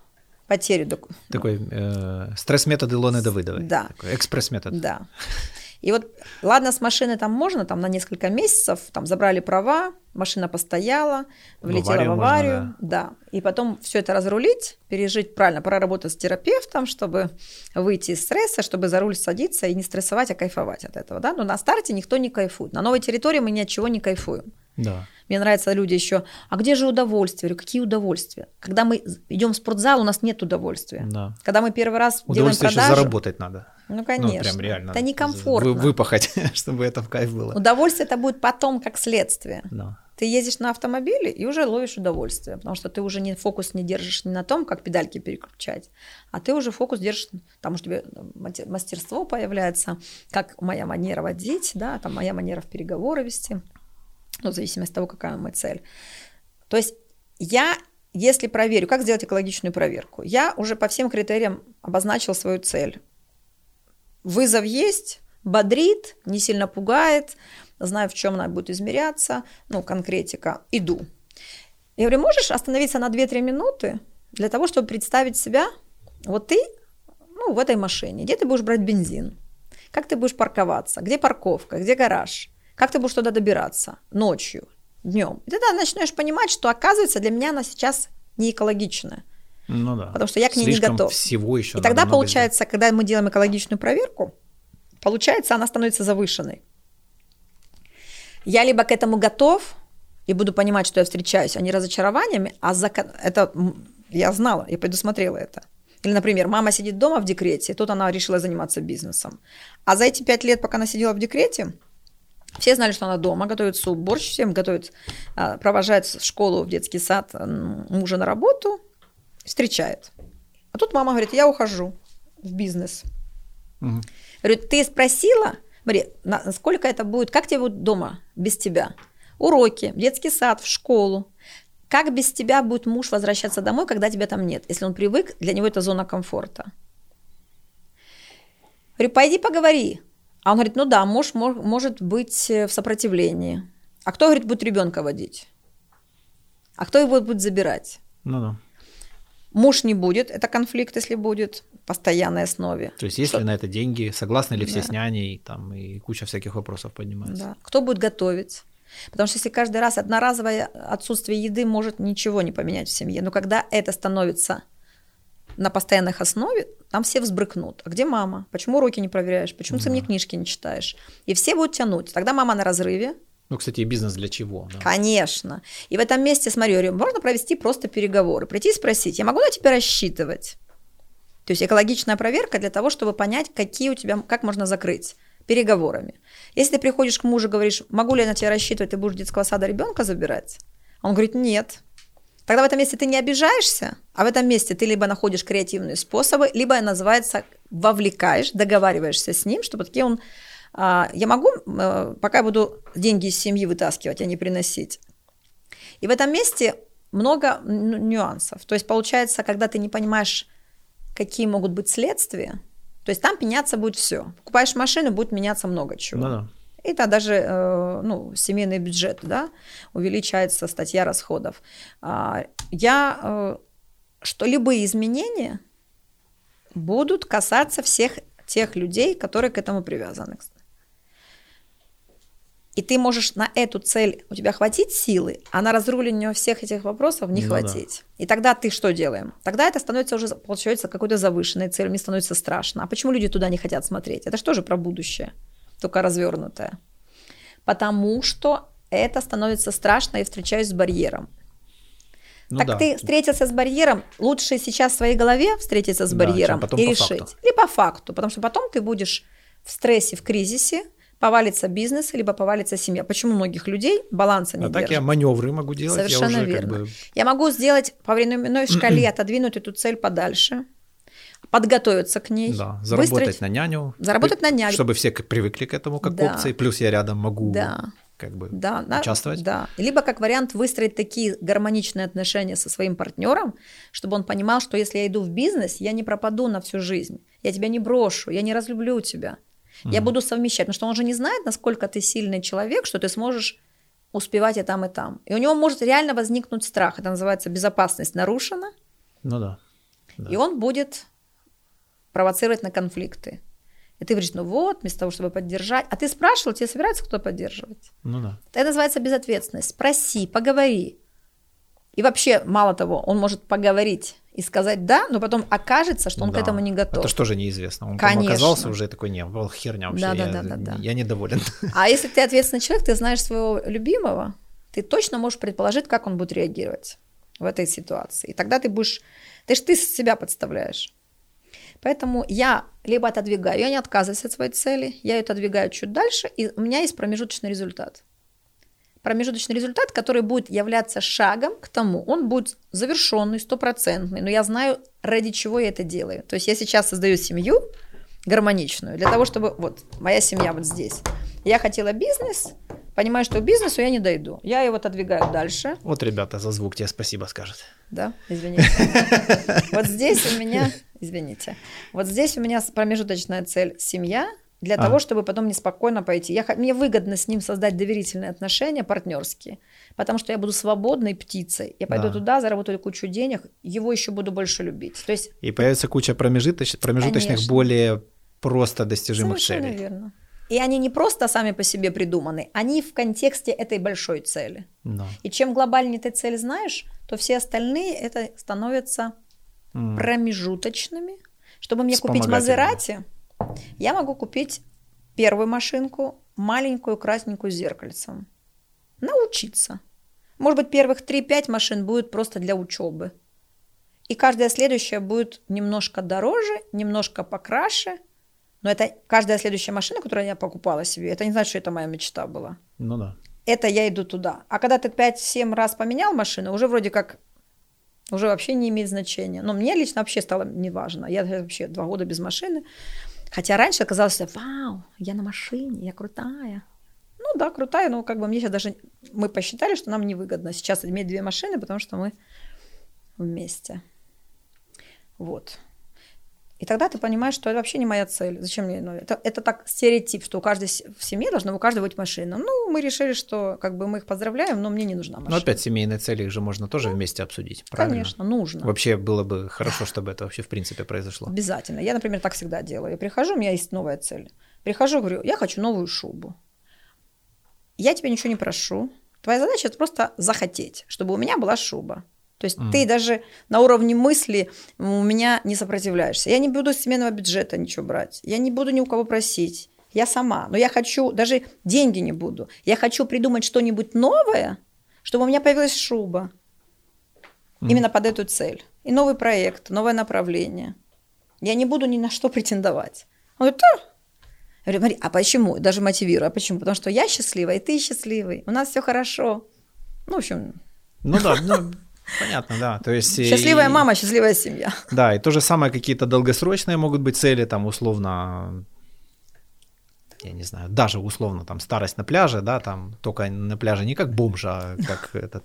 потерю. Такой э, стресс-метод Илоны Давыдовой. Да. Такой экспресс-метод. Да. И вот, ладно, с машины там можно, там на несколько месяцев, там забрали права, машина постояла, влетела в аварию, в аварию можно, да. да. И потом все это разрулить, пережить правильно, проработать с терапевтом, чтобы выйти из стресса, чтобы за руль садиться и не стрессовать, а кайфовать от этого, да. Но на старте никто не кайфует. На новой территории мы ни от чего не кайфуем. Да. Мне нравятся люди еще, а где же удовольствие? Я говорю, какие удовольствия? Когда мы идем в спортзал, у нас нет удовольствия. Да. Когда мы первый раз делаем продажу... Удовольствие еще заработать надо. Ну, конечно. Ну, прям реально. Это некомфортно. Вы, выпахать, чтобы это в кайф было. Удовольствие это будет потом, как следствие. Да. Ты ездишь на автомобиле и уже ловишь удовольствие, потому что ты уже не, фокус не держишь не на том, как педальки переключать, а ты уже фокус держишь, потому что тебе мастерство появляется, как моя манера водить, да, там моя манера в переговоры вести, ну, в зависимости от того, какая моя цель. То есть я, если проверю, как сделать экологичную проверку, я уже по всем критериям обозначил свою цель. Вызов есть, бодрит, не сильно пугает, знаю, в чем она будет измеряться, ну, конкретика, иду. Я говорю, можешь остановиться на две-три минуты для того, чтобы представить себя, вот ты, ну, в этой машине, где ты будешь брать бензин, как ты будешь парковаться, где парковка, где гараж, как ты будешь туда добираться ночью, днем. И тогда начинаешь понимать, что, оказывается, для меня она сейчас не экологичная. Ну да. Потому что я к ней Слишком не готов. Всего еще и тогда получается, сделать. Когда мы делаем экологичную проверку, получается, она становится завышенной. Я либо к этому готов и буду понимать, что я встречаюсь, а не разочарованиями, а за... это я знала, я предусмотрела это. Или, например, мама сидит дома в декрете, и тут она решила заниматься бизнесом. А за эти пять лет, пока она сидела в декрете, все знали, что она дома, готовит суп, борщ, всем готовит, провожает в школу, в детский сад, мужа на работу, встречает. А тут мама говорит, я ухожу в бизнес. Угу. Говорю, ты спросила, смотри, сколько это будет, как тебе будет дома без тебя? Уроки, детский сад, в школу. Как без тебя будет муж возвращаться домой, когда тебя там нет? Если он привык, для него это зона комфорта. Говорю, пойди поговори. А он говорит, ну да, муж может быть в сопротивлении. А кто, говорит, будет ребенка водить? А кто его будет забирать? Ну да. Муж не будет, это конфликт, если будет, в постоянной основе. То есть есть ли на это деньги, согласны ли все да. с няней, там, и куча всяких вопросов поднимается. Да. Кто будет готовить? Потому что если каждый раз одноразовое отсутствие еды может ничего не поменять в семье, но когда это становится на постоянных основе, там все взбрыкнут. А где мама? Почему уроки не проверяешь? Почему да. ты мне книжки не читаешь? И все будут тянуть. Тогда мама на разрыве. Ну, кстати, и бизнес для чего? Да? Конечно. И в этом месте, смотри, говорю, можно провести просто переговоры, прийти и спросить, я могу на тебя рассчитывать? То есть экологичная проверка для того, чтобы понять, какие у тебя, как можно закрыть переговорами. Если ты приходишь к мужу и говоришь, могу ли я на тебя рассчитывать, ты будешь детского сада ребенка забирать? Он говорит, нет. Тогда в этом месте ты не обижаешься, а в этом месте ты либо находишь креативные способы, либо, называется, вовлекаешь, договариваешься с ним, чтобы такие он... Я могу, пока я буду деньги из семьи вытаскивать, а не приносить. И в этом месте много нюансов. То есть получается, когда ты не понимаешь, какие могут быть следствия, то есть там меняться будет все. Покупаешь машину, будет меняться много чего. Да-да. И тогда даже ну, семейный бюджет, да, увеличивается статья расходов. Я, что любые изменения будут касаться всех тех людей, которые к этому привязаны. И ты можешь на эту цель, у тебя хватить силы, а на разруливание всех этих вопросов не ну, хватить. Да. И тогда ты что делаем? Тогда это становится уже, получается, какой-то завышенной целью, мне становится страшно. А почему люди туда не хотят смотреть? Это же тоже про будущее, только развернутое. Потому что это становится страшно, и встречаюсь с барьером. Ну, так да. Ты встретился с барьером, лучше сейчас в своей голове встретиться с барьером да, и решить. Факту. Или по факту, потому что потом ты будешь в стрессе, в кризисе, повалится бизнес, либо повалится семья. Почему у многих людей баланса не а держат? Так я маневры могу делать. Совершенно я уже верно. Как бы... Я могу сделать по временной шкале, отодвинуть эту цель подальше, подготовиться к ней. Да, заработать выстроить, на няню. Заработать на няню. Чтобы все привыкли к этому как да. к опции. Плюс я рядом могу да. как бы да. участвовать. Да. Либо как вариант выстроить такие гармоничные отношения со своим партнером, чтобы он понимал, что если я иду в бизнес, я не пропаду на всю жизнь. Я тебя не брошу, я не разлюблю тебя. Mm-hmm. Я буду совмещать, потому что он же не знает, насколько ты сильный человек, что ты сможешь успевать и там, и там. И у него может реально возникнуть страх. Это называется безопасность нарушена. Ну да. Да. И он будет провоцировать на конфликты. И ты говоришь, ну вот, вместо того, чтобы поддержать. А ты спрашивал, тебе собирается кто поддерживать? Ну да. Это называется безответственность. Спроси, поговори. И вообще, мало того, он может поговорить и сказать «да», но потом окажется, что он да. к этому не готов. Это что же неизвестно. Он Конечно. оказался уже такой, не, был херня вообще, да, да, я, да, да, да. я недоволен. А если ты ответственный человек, ты знаешь своего любимого, ты точно можешь предположить, как он будет реагировать в этой ситуации. И тогда ты будешь... Ты же ты себя подставляешь. Поэтому я либо отодвигаю, я не отказываюсь от своей цели, я ее отодвигаю чуть дальше, и у меня есть промежуточный результат. Промежуточный результат, который будет являться шагом к тому, он будет завершенный, стопроцентный, но я знаю, ради чего я это делаю. То есть я сейчас создаю семью гармоничную, для того, чтобы, вот, моя семья вот здесь. Я хотела бизнес, понимаю, что к бизнесу я не дойду. Я его отодвигаю дальше. Вот, ребята, за звук тебе спасибо скажут. Да, извините. Вот здесь у меня, извините, вот здесь у меня промежуточная цель – семья, для а. того, чтобы потом неспокойно пойти. Я, мне выгодно с ним создать доверительные отношения, партнерские, потому что я буду свободной птицей. Я пойду да. туда, заработаю кучу денег, его еще буду больше любить. То есть... И появится куча промежуточ... промежуточных, Конечно. более просто достижимых Совершенно целей. Верно. И они не просто сами по себе придуманы, они в контексте этой большой цели. Да. И чем глобальнее ты цель знаешь, то все остальные это становятся mm. промежуточными. Чтобы мне купить Мазерати, я могу купить первую машинку, маленькую красненькую с зеркальцем. Научиться. Может быть, первых три-пять машин будет просто для учебы. И каждая следующая будет немножко дороже, немножко покраше. Но это каждая следующая машина, которую я покупала себе, это не значит, что это моя мечта была. Ну да. Это я иду туда. А когда ты пять-семь раз поменял машину, уже вроде как уже вообще не имеет значения. Но мне лично вообще стало неважно. Я вообще два года без машины. Хотя раньше казалось, что вау, я на машине, я крутая. Ну да, крутая, но как бы мне сейчас даже... Мы посчитали, что нам невыгодно сейчас иметь две машины, потому что мы вместе. Вот. И тогда ты понимаешь, что это вообще не моя цель. Зачем мне? Ну, это, это так стереотип, что у каждой в семье должна у каждого быть машина. Ну, мы решили, что как бы мы их поздравляем, но мне не нужна машина. Ну, опять семейные цели, их же можно тоже ну, вместе обсудить, правильно? Конечно, нужно. Вообще было бы хорошо, чтобы это вообще в принципе произошло. Обязательно. Я, например, так всегда делаю. Я прихожу, у меня есть новая цель. Прихожу, говорю, я хочу новую шубу. Я тебя ничего не прошу. Твоя задача – это просто захотеть, чтобы у меня была шуба. То есть mm. ты даже на уровне мысли у меня не сопротивляешься. Я не буду с семейного бюджета ничего брать. Я не буду ни у кого просить. Я сама. Но я хочу, даже деньги не буду. Я хочу придумать что-нибудь новое, чтобы у меня появилась шуба. Mm. Именно под эту цель. И новый проект, новое направление. Я не буду ни на что претендовать. Он говорит, да. Я говорю, Мари, а почему? Даже мотивирую. А почему? Потому что я счастливая, и ты счастливый. У нас все хорошо. Ну, в общем... Ну да, ну... Понятно, да. То есть счастливая и, мама, счастливая семья. Да, и то же самое, какие-то долгосрочные могут быть цели, там условно, я не знаю, даже условно там старость на пляже, да, там только на пляже не как бомж, а как этот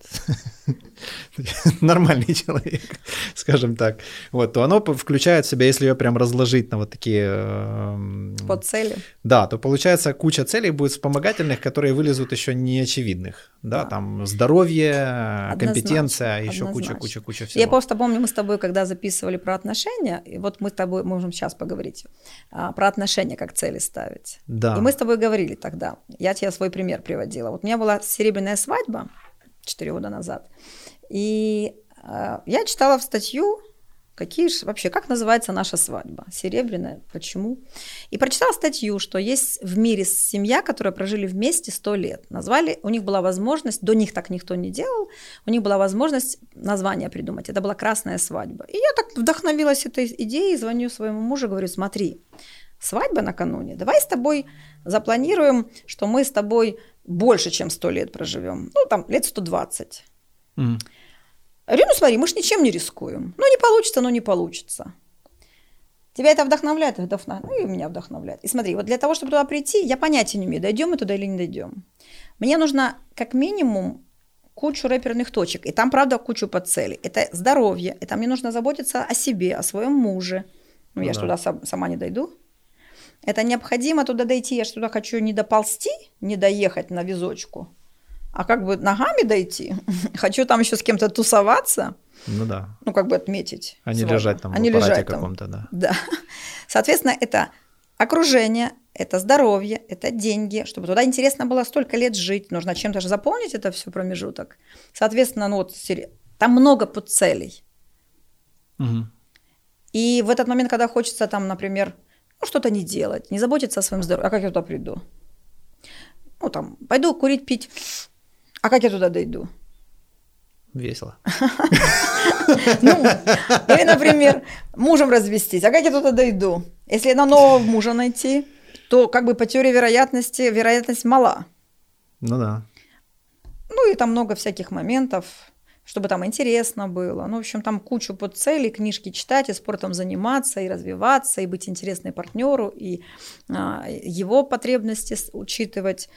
нормальный человек, скажем так. Вот, то оно включает в себя, если ее прям разложить на вот такие... Подцели. Да, то получается куча целей будет вспомогательных, которые вылезут еще неочевидных. Да, да. Там здоровье, однозначно, компетенция, еще куча-куча-куча всего. Я просто помню, мы с тобой, когда записывали про отношения, и вот мы с тобой можем сейчас поговорить про отношения, как цели ставить. Да. И мы с тобой говорили тогда, я тебе свой пример приводила. Вот у меня была серебряная свадьба четыре года назад, и э, я читала в статью, какие же вообще, как называется наша свадьба? Серебряная, почему? И прочитала статью, что есть в мире семья, которые прожили вместе сто лет. Назвали, у них была возможность, до них так никто не делал, у них была возможность название придумать. Это была «Красная свадьба». И я так вдохновилась этой идеей, звоню своему мужу, говорю, смотри, свадьба накануне, давай с тобой запланируем, что мы с тобой больше, чем сто лет проживем. Ну, там, лет сто двадцать. Mm. Я говорю, ну смотри, мы же ничем не рискуем. Ну, не получится, ну не получится. Тебя это вдохновляет? Вдохновляет. Ну, и меня вдохновляет. И смотри, вот для того, чтобы туда прийти, я понятия не имею, дойдем мы туда или не дойдем. Мне нужно как минимум кучу рэперных точек. И там, правда, кучу подцелей. Это здоровье. Это мне нужно заботиться о себе, о своем муже. Ну, я ну, же да. туда сама не дойду. Это необходимо туда дойти. Я же туда хочу не доползти, не доехать на везочку, а как бы ногами дойти. Хочу там еще с кем-то тусоваться. Ну да. Ну, как бы отметить. А не лежать там а в не аппарате лежать каком-то, да. Да. Соответственно, это окружение, это здоровье, это деньги. Чтобы туда интересно было столько лет жить, нужно чем-то же заполнить это все промежуток. Соответственно, ну вот там много подцелей. Угу. И в этот момент, когда хочется там, например, ну, что-то не делать, не заботиться о своем здоровье, а как я туда приду? Ну, там, пойду курить, пить, а как я туда дойду? Весело. Ну, или, например, мужем развестись, а как я туда дойду? Если на нового мужа найти, то как бы по теории вероятности, вероятность мала. Ну да. Ну и там много всяких моментов, чтобы там интересно было. Ну, в общем, там кучу подцелей, книжки читать, и спортом заниматься, и развиваться, и быть интересной партнеру, и а, его потребности учитывать.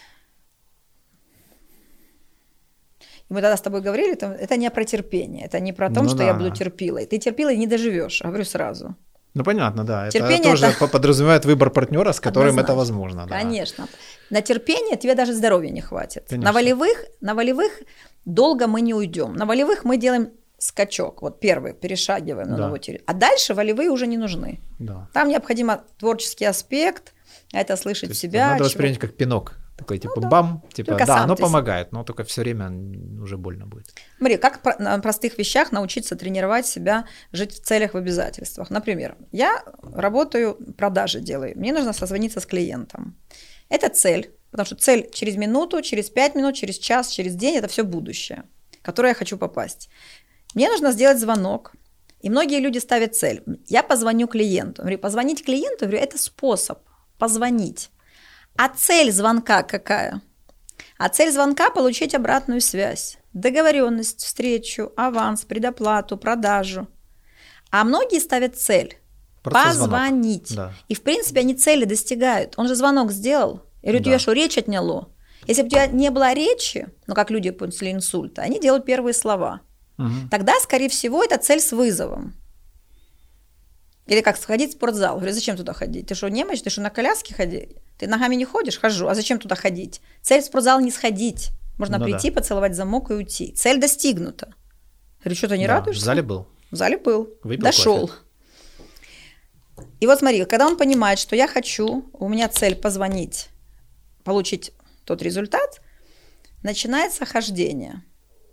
И мы тогда с тобой говорили, это, это не про терпение, это не про то, ну, что да. я буду терпилой. Ты терпилой не доживешь, говорю сразу. Ну, понятно, да. Терпение это тоже это... подразумевает выбор партнера, с которым Однозначно. Это возможно. Да. Конечно. На терпение тебе даже здоровья не хватит. Конечно. На волевых, на волевых долго мы не уйдем. На волевых мы делаем скачок. Вот первый, перешагиваем на да. новую территорию. А дальше волевые уже не нужны. Да. Там необходим творческий аспект, это слышать есть, себя. Надо чего... воспринять как пинок. Такой типа ну, да. бам, типа только да, оно ты... помогает, но только все время уже больно будет. Смотри, как на простых вещах научиться тренировать себя, жить в целях, в обязательствах. Например, я работаю, продажи делаю, мне нужно созвониться с клиентом. Это цель, потому что цель через минуту, через пять минут, через час, через день – это все будущее, в которое я хочу попасть. Мне нужно сделать звонок, и многие люди ставят цель. Я позвоню клиенту. Говорю, позвонить клиенту, говорю, это способ позвонить. А цель звонка какая? А цель звонка – получить обратную связь, договоренность, встречу, аванс, предоплату, продажу. А многие ставят цель – просто позвонить. Да. И, в принципе, они цели достигают. Он же звонок сделал. Я говорю, да. Тебе что, речь отняло? Если бы у тебя не было речи, ну, как люди после инсульта, они делают первые слова. Угу. Тогда, скорее всего, это цель с вызовом. Или как сходить в спортзал. Говорю, зачем туда ходить? Ты что, немощь? Ты что, на коляске ходить? Ты ногами не ходишь? Хожу. А зачем туда ходить? Цель в спортзал не сходить. Можно ну, прийти, да. поцеловать замок и уйти. Цель достигнута. Говорю, что ты не да, радуешься? В зале был. В зале был. Выпил Дошел. Кофе. И вот смотри, когда он понимает, что я хочу, у меня цель позвонить, получить тот результат, начинается хождение.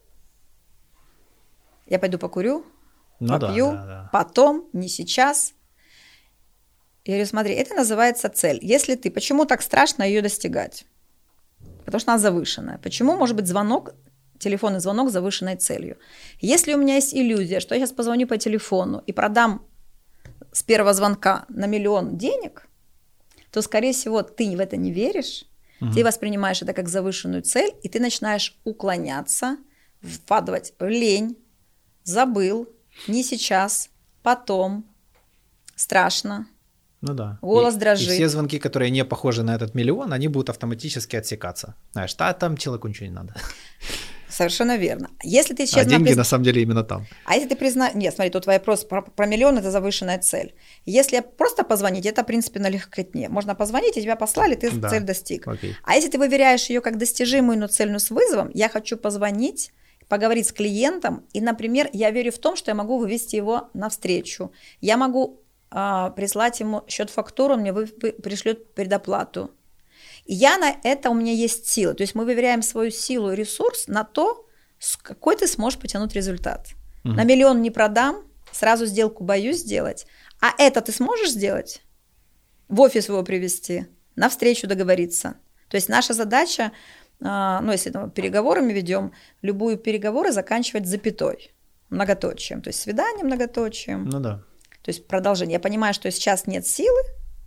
Я пойду покурю, ну, попью, да, да, да. потом, не сейчас. Я говорю, смотри, это называется цель. Если ты, почему так страшно ее достигать? Потому что она завышенная. Почему может быть звонок, телефонный звонок с завышенной целью? Если у меня есть иллюзия, что я сейчас позвоню по телефону и продам с первого звонка на миллион денег, то, скорее всего, ты в это не веришь, угу. ты воспринимаешь это как завышенную цель, и ты начинаешь уклоняться, впадать в лень, забыл, не сейчас, потом, страшно. Ну да. Голос и, дрожит. И все звонки, которые не похожи на этот миллион, они будут автоматически отсекаться. Знаешь, да, там человеку ничего не надо. Совершенно верно. Если ты сейчас а деньги призна... на самом деле именно там. А если ты признаешь... Нет, смотри, тут твой вопрос про, про миллион – это завышенная цель. Если просто позвонить, это, в принципе, на легкотне. Можно позвонить, и тебя послали, ты да. цель достиг. Окей. А если ты выверяешь ее как достижимую, но цельную с вызовом, я хочу позвонить, поговорить с клиентом, и, например, я верю в том, что я могу вывести его навстречу. Я могу а, прислать ему счет-фактуру, он мне вы, вы, пришлет предоплату. И я на это, у меня есть сила. То есть мы выверяем свою силу и ресурс на то, с какой ты сможешь потянуть результат. Угу. На миллион не продам, сразу сделку боюсь сделать. А это ты сможешь сделать? В офис его привести, навстречу договориться. То есть наша задача, ну, если мы переговорами ведем, любые переговоры заканчивать запятой, многоточием. То есть свидание многоточием. Ну да. То есть продолжение. Я понимаю, что сейчас нет силы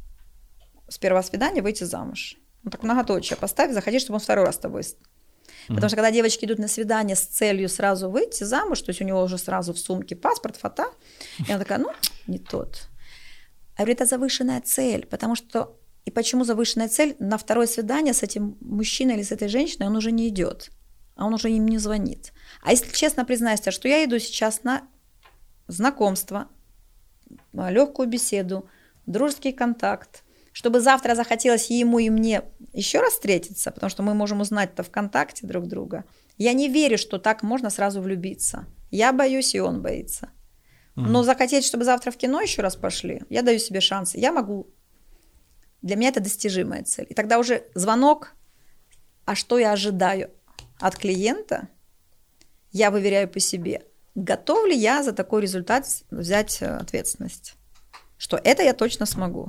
с первого свидания выйти замуж. Ну так многоточие поставь, заходи, чтобы он второй раз с тобой. Потому mm-hmm. что когда девочки идут на свидание с целью сразу выйти замуж, то есть у него уже сразу в сумке паспорт, фото, и она такая, ну, не тот. Я говорю, это завышенная цель, потому что, и почему завышенная цель? На второе свидание с этим мужчиной или с этой женщиной он уже не идет, а он уже им не звонит. А если честно признаюсь, что я иду сейчас на знакомство, легкую беседу, дружеский контакт, чтобы завтра захотелось и ему, и мне еще раз встретиться, потому что мы можем узнать-то ВКонтакте друг друга. Я не верю, что так можно сразу влюбиться. Я боюсь, и он боится. Угу. Но захотеть, чтобы завтра в кино еще раз пошли, я даю себе шанс. Я могу. Для меня это достижимая цель. И тогда уже звонок, а что я ожидаю от клиента, я выверяю по себе. Готов ли я за такой результат взять ответственность? Что это я точно смогу.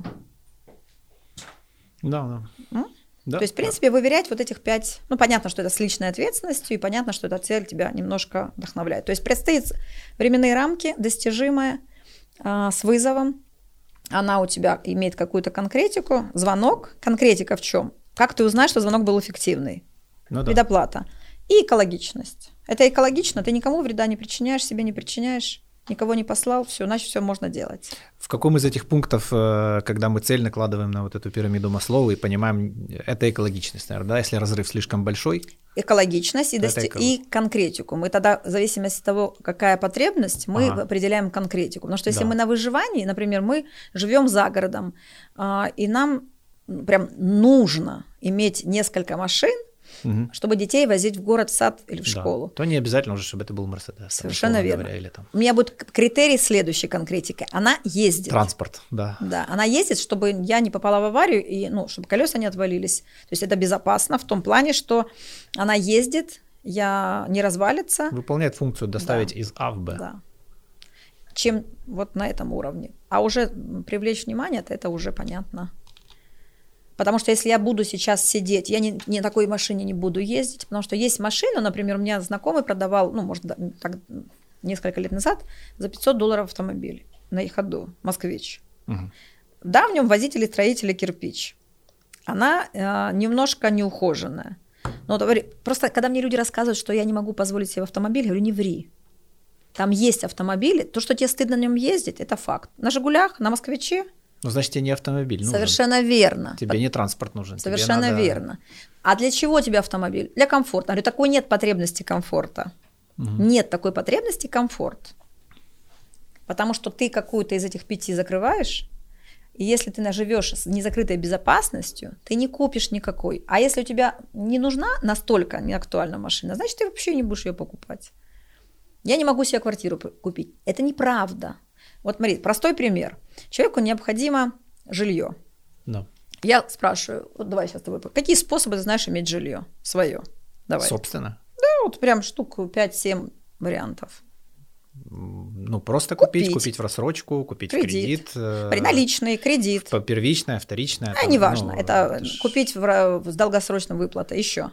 Да, да. Да, То есть, в принципе, да. выверять вот этих пять... Ну, понятно, что это с личной ответственностью, и понятно, что эта цель тебя немножко вдохновляет. То есть, предстоит временные рамки, достижимая, э, с вызовом. Она у тебя имеет какую-то конкретику. Звонок. Конкретика в чем? Как ты узнаешь, что звонок был эффективный? Ну, да. Предоплата. И экологичность. Это экологично, ты никому вреда не причиняешь, себе не причиняешь. Никого не послал, все, значит, все можно делать. В каком из этих пунктов, когда мы цель накладываем на вот эту пирамиду Маслоу и понимаем, это экологичность, наверное, да, если разрыв слишком большой? Экологичность и, дости... и конкретику. Мы тогда, в зависимости от того, какая потребность, мы ага. определяем конкретику. Потому что если да. мы на выживании, например, мы живем за городом, и нам прям нужно иметь несколько машин, угу. чтобы детей возить в город, в сад или в школу. Да. То не обязательно уже, чтобы это был Мерседес. Совершенно верно. Говоря, или там... У меня будет критерий следующей конкретики. Она ездит. Транспорт, да. Да, она ездит, чтобы я не попала в аварию, и, ну, чтобы колеса не отвалились. То есть это безопасно в том плане, что она ездит, я не развалится. Выполняет функцию доставить да. из А в Б. Да. Чем вот на этом уровне. А уже привлечь внимание, то это уже понятно. Потому что если я буду сейчас сидеть, я ни, ни на такой машине не буду ездить, потому что есть машина, например, у меня знакомый продавал, ну, может, так, несколько лет назад, за пятьсот долларов автомобиль на их ходу, москвич. Угу. Да, в нем водитель и строитель кирпич. Она э, немножко неухоженная. Но просто когда мне люди рассказывают, что я не могу позволить себе автомобиль, я говорю, не ври. Там есть автомобили, то, что тебе стыдно на нем ездить, это факт. На «Жигулях», на «Москвиче». Ну, значит, тебе не автомобиль нужен. Совершенно верно. Тебе не транспорт нужен. Совершенно тебе надо... верно. А для чего тебе автомобиль? Для комфорта. Я говорю, такой нет потребности комфорта. Угу. Нет такой потребности комфорт. Потому что ты какую-то из этих пяти закрываешь, и если ты наживешь с незакрытой безопасностью, ты не купишь никакой. А если у тебя не нужна настолько неактуальная машина, значит, ты вообще не будешь ее покупать. Я не могу себе квартиру купить. Это неправда. Вот смотри, простой пример. Человеку необходимо жилье. Да. Я спрашиваю, вот давай сейчас с тобой, какие способы ты знаешь иметь жилье свое? Давай. Собственно. Да, вот прям штук пять-семь вариантов. Ну, просто купить, купить, купить в рассрочку, купить кредит. кредит наличный, кредит. Первичная, вторичная. А, там, неважно, ну, это, это ж... купить в, с долгосрочной выплатой еще.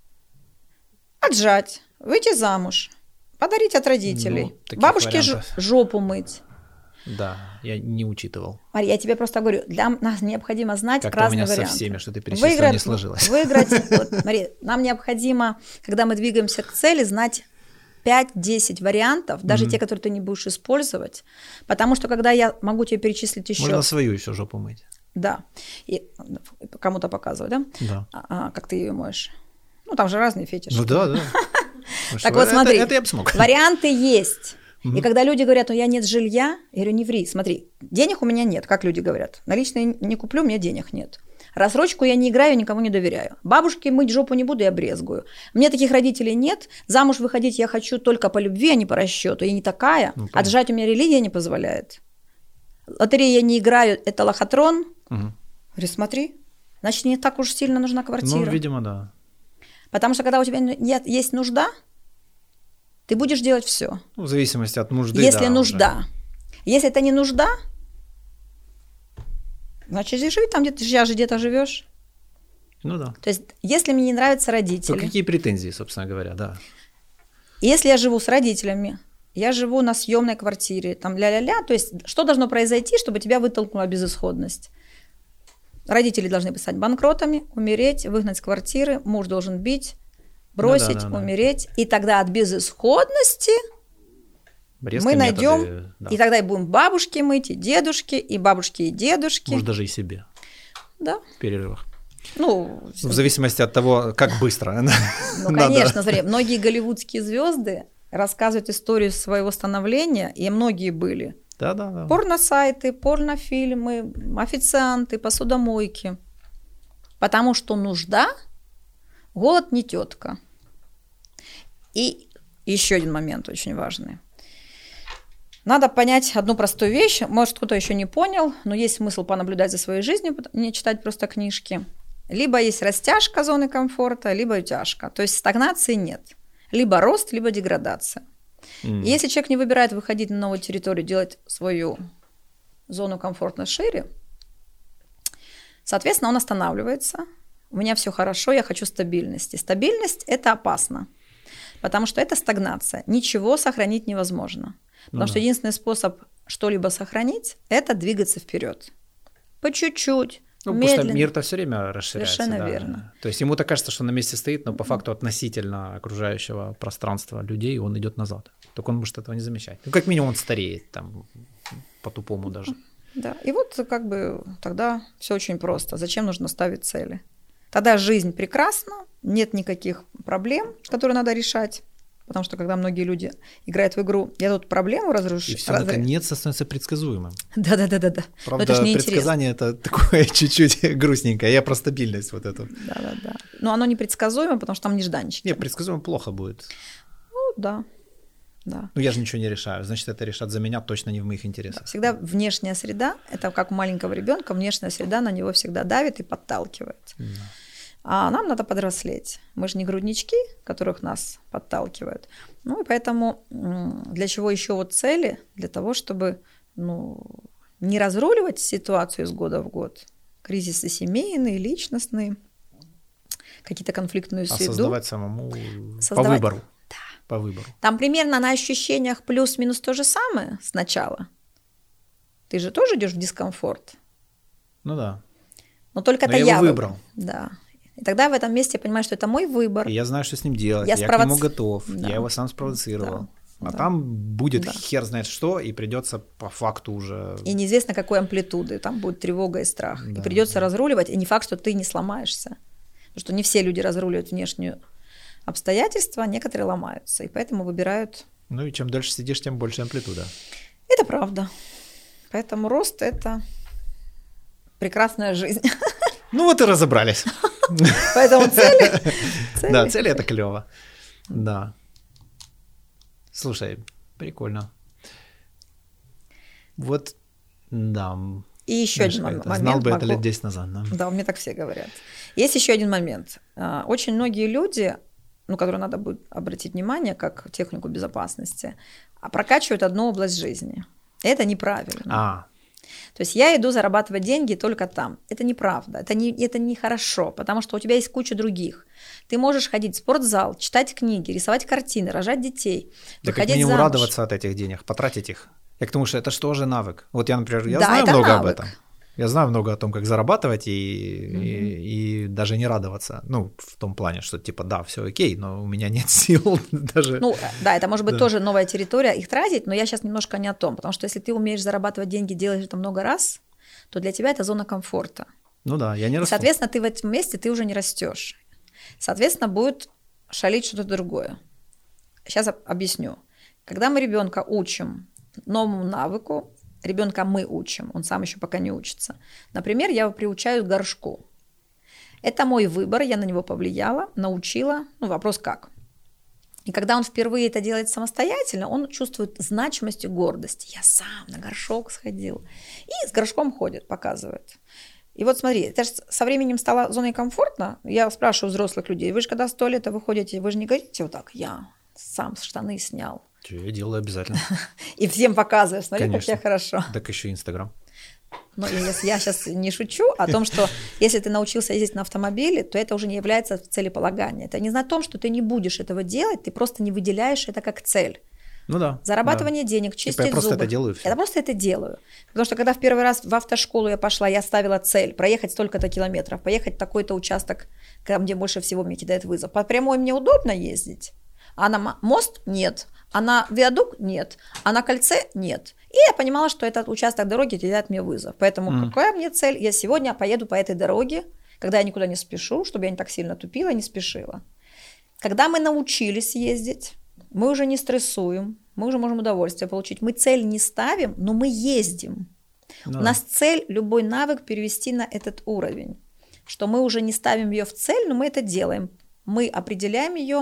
Отжать, выйти замуж, подарить от родителей, ну, бабушке ж, жопу мыть. Да, я не учитывал. Мария, я тебе просто говорю, для нас необходимо знать как-то разные у меня варианты. Со всеми, что ты перечислила, выиграть, не сложилось. Выиграть, вот, Мария, нам необходимо, когда мы двигаемся к цели, знать пять-десять вариантов, даже mm-hmm. те, которые ты не будешь использовать, потому что когда я могу тебе перечислить еще... Можно свою еще жопу мыть. Да, и кому-то показывать, да? Да. А, как ты ее моешь. Ну, там же разные фетиши. Ну да, да. Так вот смотри, варианты есть. И когда люди говорят, ну я нет жилья, я говорю, не ври, смотри, денег у меня нет, как люди говорят. Наличные не куплю, у меня денег нет. Рассрочку я не играю, никому не доверяю. Бабушке мыть жопу не буду, я брезгую. Мне таких родителей нет, замуж выходить я хочу только по любви, а не по расчету. Я не такая, ну, отжать у меня религия не позволяет. Лотереи я не играю, это лохотрон. Угу. Говорю, смотри, значит, не так уж сильно нужна квартира. Ну, видимо, да. Потому что когда у тебя нет, есть нужда, ты будешь делать все. Ну, в зависимости от нужды. Если да, нужда. Уже. Если это не нужда, значит, живи там, где ты сейчас же где-то живешь. Ну да. То есть, если мне не нравятся родители. То какие претензии, собственно говоря, да. Если я живу с родителями, я живу на съемной квартире, там ля-ля-ля, то есть, что должно произойти, чтобы тебя вытолкнула безысходность? Родители должны стать банкротами, умереть, выгнать с квартиры, муж должен бить, бросить, ну, да, да, умереть, да. И тогда от безысходности резко мы найдем, методы, да. И тогда и будем бабушки мыть, и дедушки, и бабушки, и дедушки. Может, даже и себе. Да. В перерывах. Ну, в зависимости от того, как быстро. Ну, конечно, смотри, многие голливудские звезды рассказывают историю своего становления, и многие были. Да, да, да. Порносайты, порнофильмы, официанты, посудомойки. Потому что нужда, голод не тетка. И еще один момент очень важный. Надо понять одну простую вещь. Может, кто-то еще не понял, но есть смысл понаблюдать за своей жизнью, не читать просто книжки. Либо есть растяжка зоны комфорта, либо утяжка. То есть стагнации нет. Либо рост, либо деградация. Mm. Если человек не выбирает выходить на новую территорию, делать свою зону комфорта шире, соответственно, он останавливается. У меня все хорошо, я хочу стабильности. Стабильность – это опасно, потому что это стагнация. Ничего сохранить невозможно. Потому ну, что да. единственный способ что-либо сохранить – это двигаться вперед. По чуть-чуть, ну, медленно. Потому что мир-то все время расширяется. Совершенно да. верно. То есть ему-то кажется, что на месте стоит, но по факту относительно окружающего пространства людей он идет назад. Только он может этого не замечать. Ну, как минимум он стареет там по-тупому даже. Да, и вот как бы тогда все очень просто. Зачем нужно ставить цели? Тогда жизнь прекрасна, нет никаких проблем, которые надо решать. Потому что когда многие люди играют в игру, я тут проблему разрушу. И все раз... наконец-то становится предсказуемым. Да-да-да-да. Правда, это же предсказание это такое чуть-чуть грустненькое. Я про стабильность вот эту. Да-да-да. Но оно непредсказуемо, потому что там нежданчики. Нет, предсказуемо плохо будет. Ну, да. Да. Ну, я же ничего не решаю. Значит, это решат за меня точно не в моих интересах. Да, всегда внешняя среда, это как у маленького ребенка, внешняя среда на него всегда давит и подталкивает. Да. А нам надо подрослеть. Мы же не груднички, которых нас подталкивают. Ну и поэтому для чего еще вот цели? Для того, чтобы ну, не разруливать ситуацию из года в год. Кризисы семейные, личностные, какие-то конфликтную среду. А создавать самому создавать... по выбору. Да. По выбору. Там примерно на ощущениях плюс-минус то же самое сначала. Ты же тоже идешь в дискомфорт. Ну да. Но только Но это я я его выбрал. Да. И тогда в этом месте я понимаю, что это мой выбор. И я знаю, что с ним делать. Я, я спровоци... к нему готов. Да. Я его сам спровоцировал. Да. А да. там будет да. хер знает что, и придется по факту уже... И неизвестно, какой амплитуды. Там будет тревога и страх. Да. И придется да. разруливать. И не факт, что ты не сломаешься. Потому что не все люди разруливают внешние обстоятельства, некоторые ломаются. И поэтому выбирают... Ну и чем дольше сидишь, тем больше амплитуда. Это правда. Поэтому рост – это прекрасная жизнь. Ну вот и разобрались. Поэтому цели... цели... Да, цели – это клево. Да. Слушай, прикольно. Вот, да. И еще один момент. Знал бы это лет десять назад. Да? Да, мне так все говорят. Есть еще один момент. Очень многие люди, ну, которые надо будет обратить внимание, как технику безопасности, прокачивают одну область жизни. Это неправильно. А. То есть я иду зарабатывать деньги только там. Это неправда, это не, это не хорошо, потому что у тебя есть куча других. Ты можешь ходить в спортзал, читать книги, рисовать картины, рожать детей, да выходить как минимум замуж. Радоваться от этих денег, потратить их. Я к тому, что это же тоже навык. Вот я, например, я да, знаю много навык. об этом. Я знаю много о том, как зарабатывать и, mm-hmm. и, и даже не радоваться. Ну, в том плане, что типа, да, все окей, но у меня нет сил даже. Ну, да, это может быть да. тоже новая территория, их тратить, но я сейчас немножко не о том, потому что если ты умеешь зарабатывать деньги, делаешь это много раз, то для тебя это зона комфорта. Ну да, я не расту. И, соответственно, ты в этом месте, ты уже не растешь. Соответственно, будет шалить что-то другое. Сейчас объясню. Когда мы ребенка учим новому навыку, ребенка мы учим, он сам еще пока не учится. Например, я его приучаю к горшку. Это мой выбор, я на него повлияла, научила. Ну, вопрос как. И когда он впервые это делает самостоятельно, он чувствует значимость и гордость. Я сам на горшок сходил. И с горшком ходит, показывает. И вот смотри, это же со временем стало зоной комфортно. Я спрашиваю взрослых людей, вы же когда с туалета выходите, вы же не говорите вот так, я сам штаны снял. Что я делаю обязательно. И всем показываю, смотри, Конечно. как я хорошо. Так еще Инстаграм. Но если я сейчас не шучу о том, что если ты научился ездить на автомобиле, то это уже не является целеполаганием. Это не о том, что ты не будешь этого делать, ты просто не выделяешь это как цель. Ну да. Зарабатывание да. денег, чистить типа я просто зубы. это делаю. Все. Я просто это делаю. Потому что когда в первый раз в автошколу я пошла, я ставила цель проехать столько-то километров, поехать в такой-то участок, где больше всего мне кидает вызов. По прямой мне удобно ездить, а на мост нет, а на виадук нет, а на кольце нет. И я понимала, что этот участок дороги кидает мне вызов. Поэтому mm. какая мне цель? Я сегодня поеду по этой дороге, когда я никуда не спешу, чтобы я не так сильно тупила и не спешила. Когда мы научились ездить, мы уже не стрессуем, мы уже можем удовольствие получить. Мы цель не ставим, но мы ездим. No. У нас цель, любой навык перевести на этот уровень. Что мы уже не ставим ее в цель, но мы это делаем. Мы определяем ее, ну,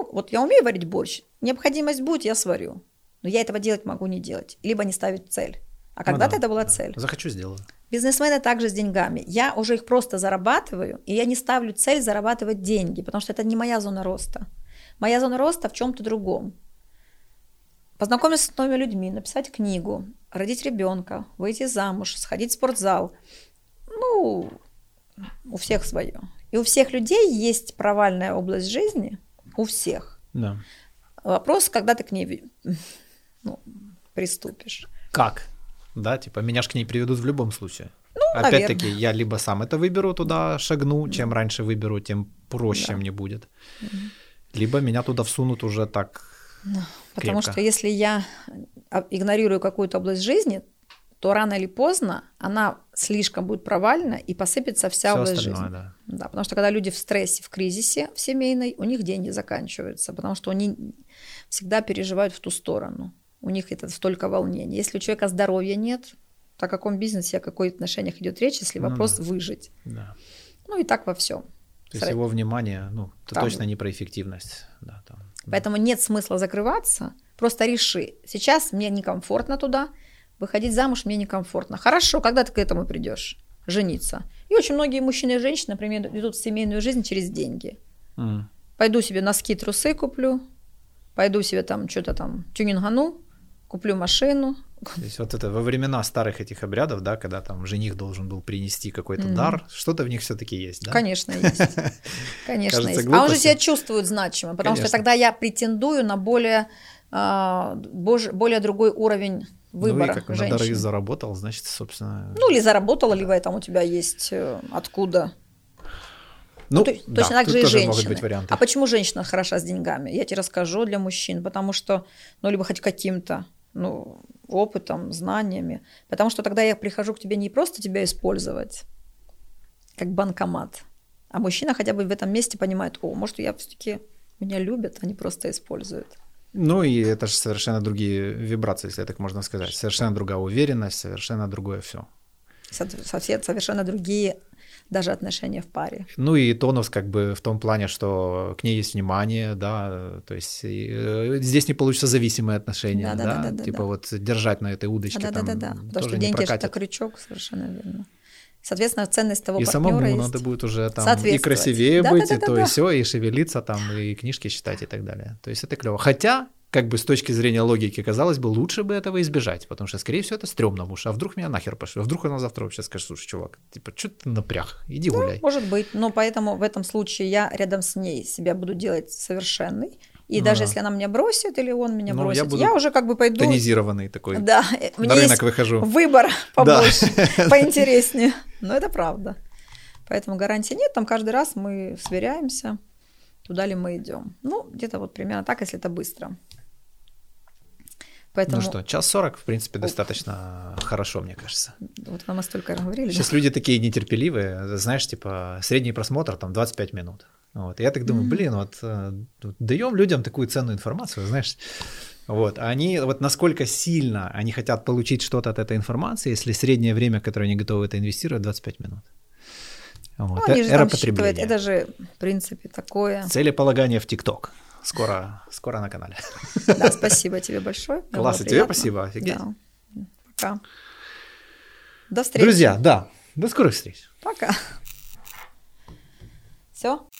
Ну, вот я умею варить борщ, необходимость будет, я сварю. Но я этого делать могу не делать, либо не ставить цель. А когда-то ну, да, это была да. цель. Захочу, сделаю. Бизнесмены также с деньгами. Я уже их просто зарабатываю, и я не ставлю цель зарабатывать деньги, потому что это не моя зона роста. Моя зона роста в чем-то другом. Познакомиться с новыми людьми, написать книгу, родить ребенка, выйти замуж, сходить в спортзал. Ну, у всех свое. И у всех людей есть провальная область жизни, у всех. Да. Вопрос, когда ты к ней ну, приступишь. Как? Да, типа меня ж к ней приведут в любом случае. Ну, опять-таки, наверное. я либо сам это выберу, туда шагну, чем да. раньше выберу, тем проще да. мне будет. Угу. Либо меня туда всунут уже так ну, Потому крепко. что если я игнорирую какую-то область жизни, то рано или поздно она слишком будет провальна и посыпется вся Всё область жизни. Да. Да, потому что когда люди в стрессе, в кризисе в семейной, у них деньги заканчиваются, потому что они всегда переживают в ту сторону. У них это столько волнений. Если у человека здоровья нет, то о каком бизнесе, о каких отношениях идет речь, если вопрос ну, да. выжить. Да. Ну и так во всем. То есть его внимание, ну, это там. точно не про эффективность. Да, там. Поэтому нет смысла закрываться, просто реши. Сейчас мне некомфортно туда, выходить замуж мне некомфортно. Хорошо, когда ты к этому придешь? Жениться. И очень многие мужчины и женщины, например, идут в семейную жизнь через деньги. Mm. Пойду себе носки, трусы куплю, пойду себе там что-то там тюнингану, куплю машину. То есть вот это во времена старых этих обрядов, да, когда там жених должен был принести какой-то mm-hmm. дар, что-то в них все-таки есть, да? Конечно, есть. Конечно, Кажется, есть. глупостью. А он же себя чувствует значимым, потому Конечно. что тогда я претендую на более, более другой уровень выбора ну и как женщины. на дары заработал, значит, собственно... Ну или заработала, либо там у тебя есть откуда. Ну, ну, то, да, точно так же и тоже женщины. могут быть варианты. А почему женщина хороша с деньгами? Я тебе расскажу для мужчин, потому что, ну, либо хоть каким-то ну, опытом, знаниями. Потому что тогда я прихожу к тебе не просто тебя использовать, как банкомат, а мужчина хотя бы в этом месте понимает, о, может, я все-таки меня любят, а не просто используют. Ну и это же совершенно другие вибрации, если так можно сказать. Совершенно другая уверенность, совершенно другое все. Совершенно другие даже отношения в паре. Ну и тонус как бы в том плане, что к ней есть внимание, да, то есть здесь не получится зависимые отношения, да, да, да, да, да типа да. вот держать на этой удочке да, там да, да, да. тоже Потому что не деньги прокатит. Это крючок, совершенно верно. Соответственно, ценность того и партнера самому есть. надо будет уже там и красивее да, быть, да, да, и да, то, да. и все, и шевелиться там, и книжки читать и так далее. То есть это клево. Хотя, как бы с точки зрения логики, казалось бы, лучше бы этого избежать, потому что, скорее всего, это стрёмно будешь. А вдруг меня нахер пошлю? А вдруг она завтра вообще скажет, слушай, чувак, типа, что ты напряг? Иди ну, гуляй. Может быть, но поэтому в этом случае я рядом с ней себя буду делать совершенной. И ну, даже да. если она меня бросит или он меня ну, бросит, я, я уже как бы пойду... тонизированный такой. Да, на мне рынок есть выхожу. Выбор побольше, да. поинтереснее. Но это правда. Поэтому гарантии нет. Там каждый раз мы сверяемся, туда ли мы идем. Ну, где-то вот примерно так, если это быстро. Поэтому... Ну что, час сорок, в принципе, достаточно О. хорошо, мне кажется. Вот вам столько говорили. Сейчас да? люди такие нетерпеливые, знаешь, типа средний просмотр там двадцать пять минут. Вот. И я так думаю, mm-hmm. блин, вот, вот даем людям такую ценную информацию, знаешь. Вот. А они, вот насколько сильно они хотят получить что-то от этой информации, если среднее время, которое они готовы это инвестировать, двадцать пять минут. Вот. Ну, они же Эра там потребления. Считывают, это же, в принципе, такое. Целеполагание в ТикТок. Скоро, скоро на канале. Да, спасибо тебе большое. Классно, тебе спасибо. Офигеть. Да. Пока. До встречи. Друзья, да, до скорых встреч. Пока. Все.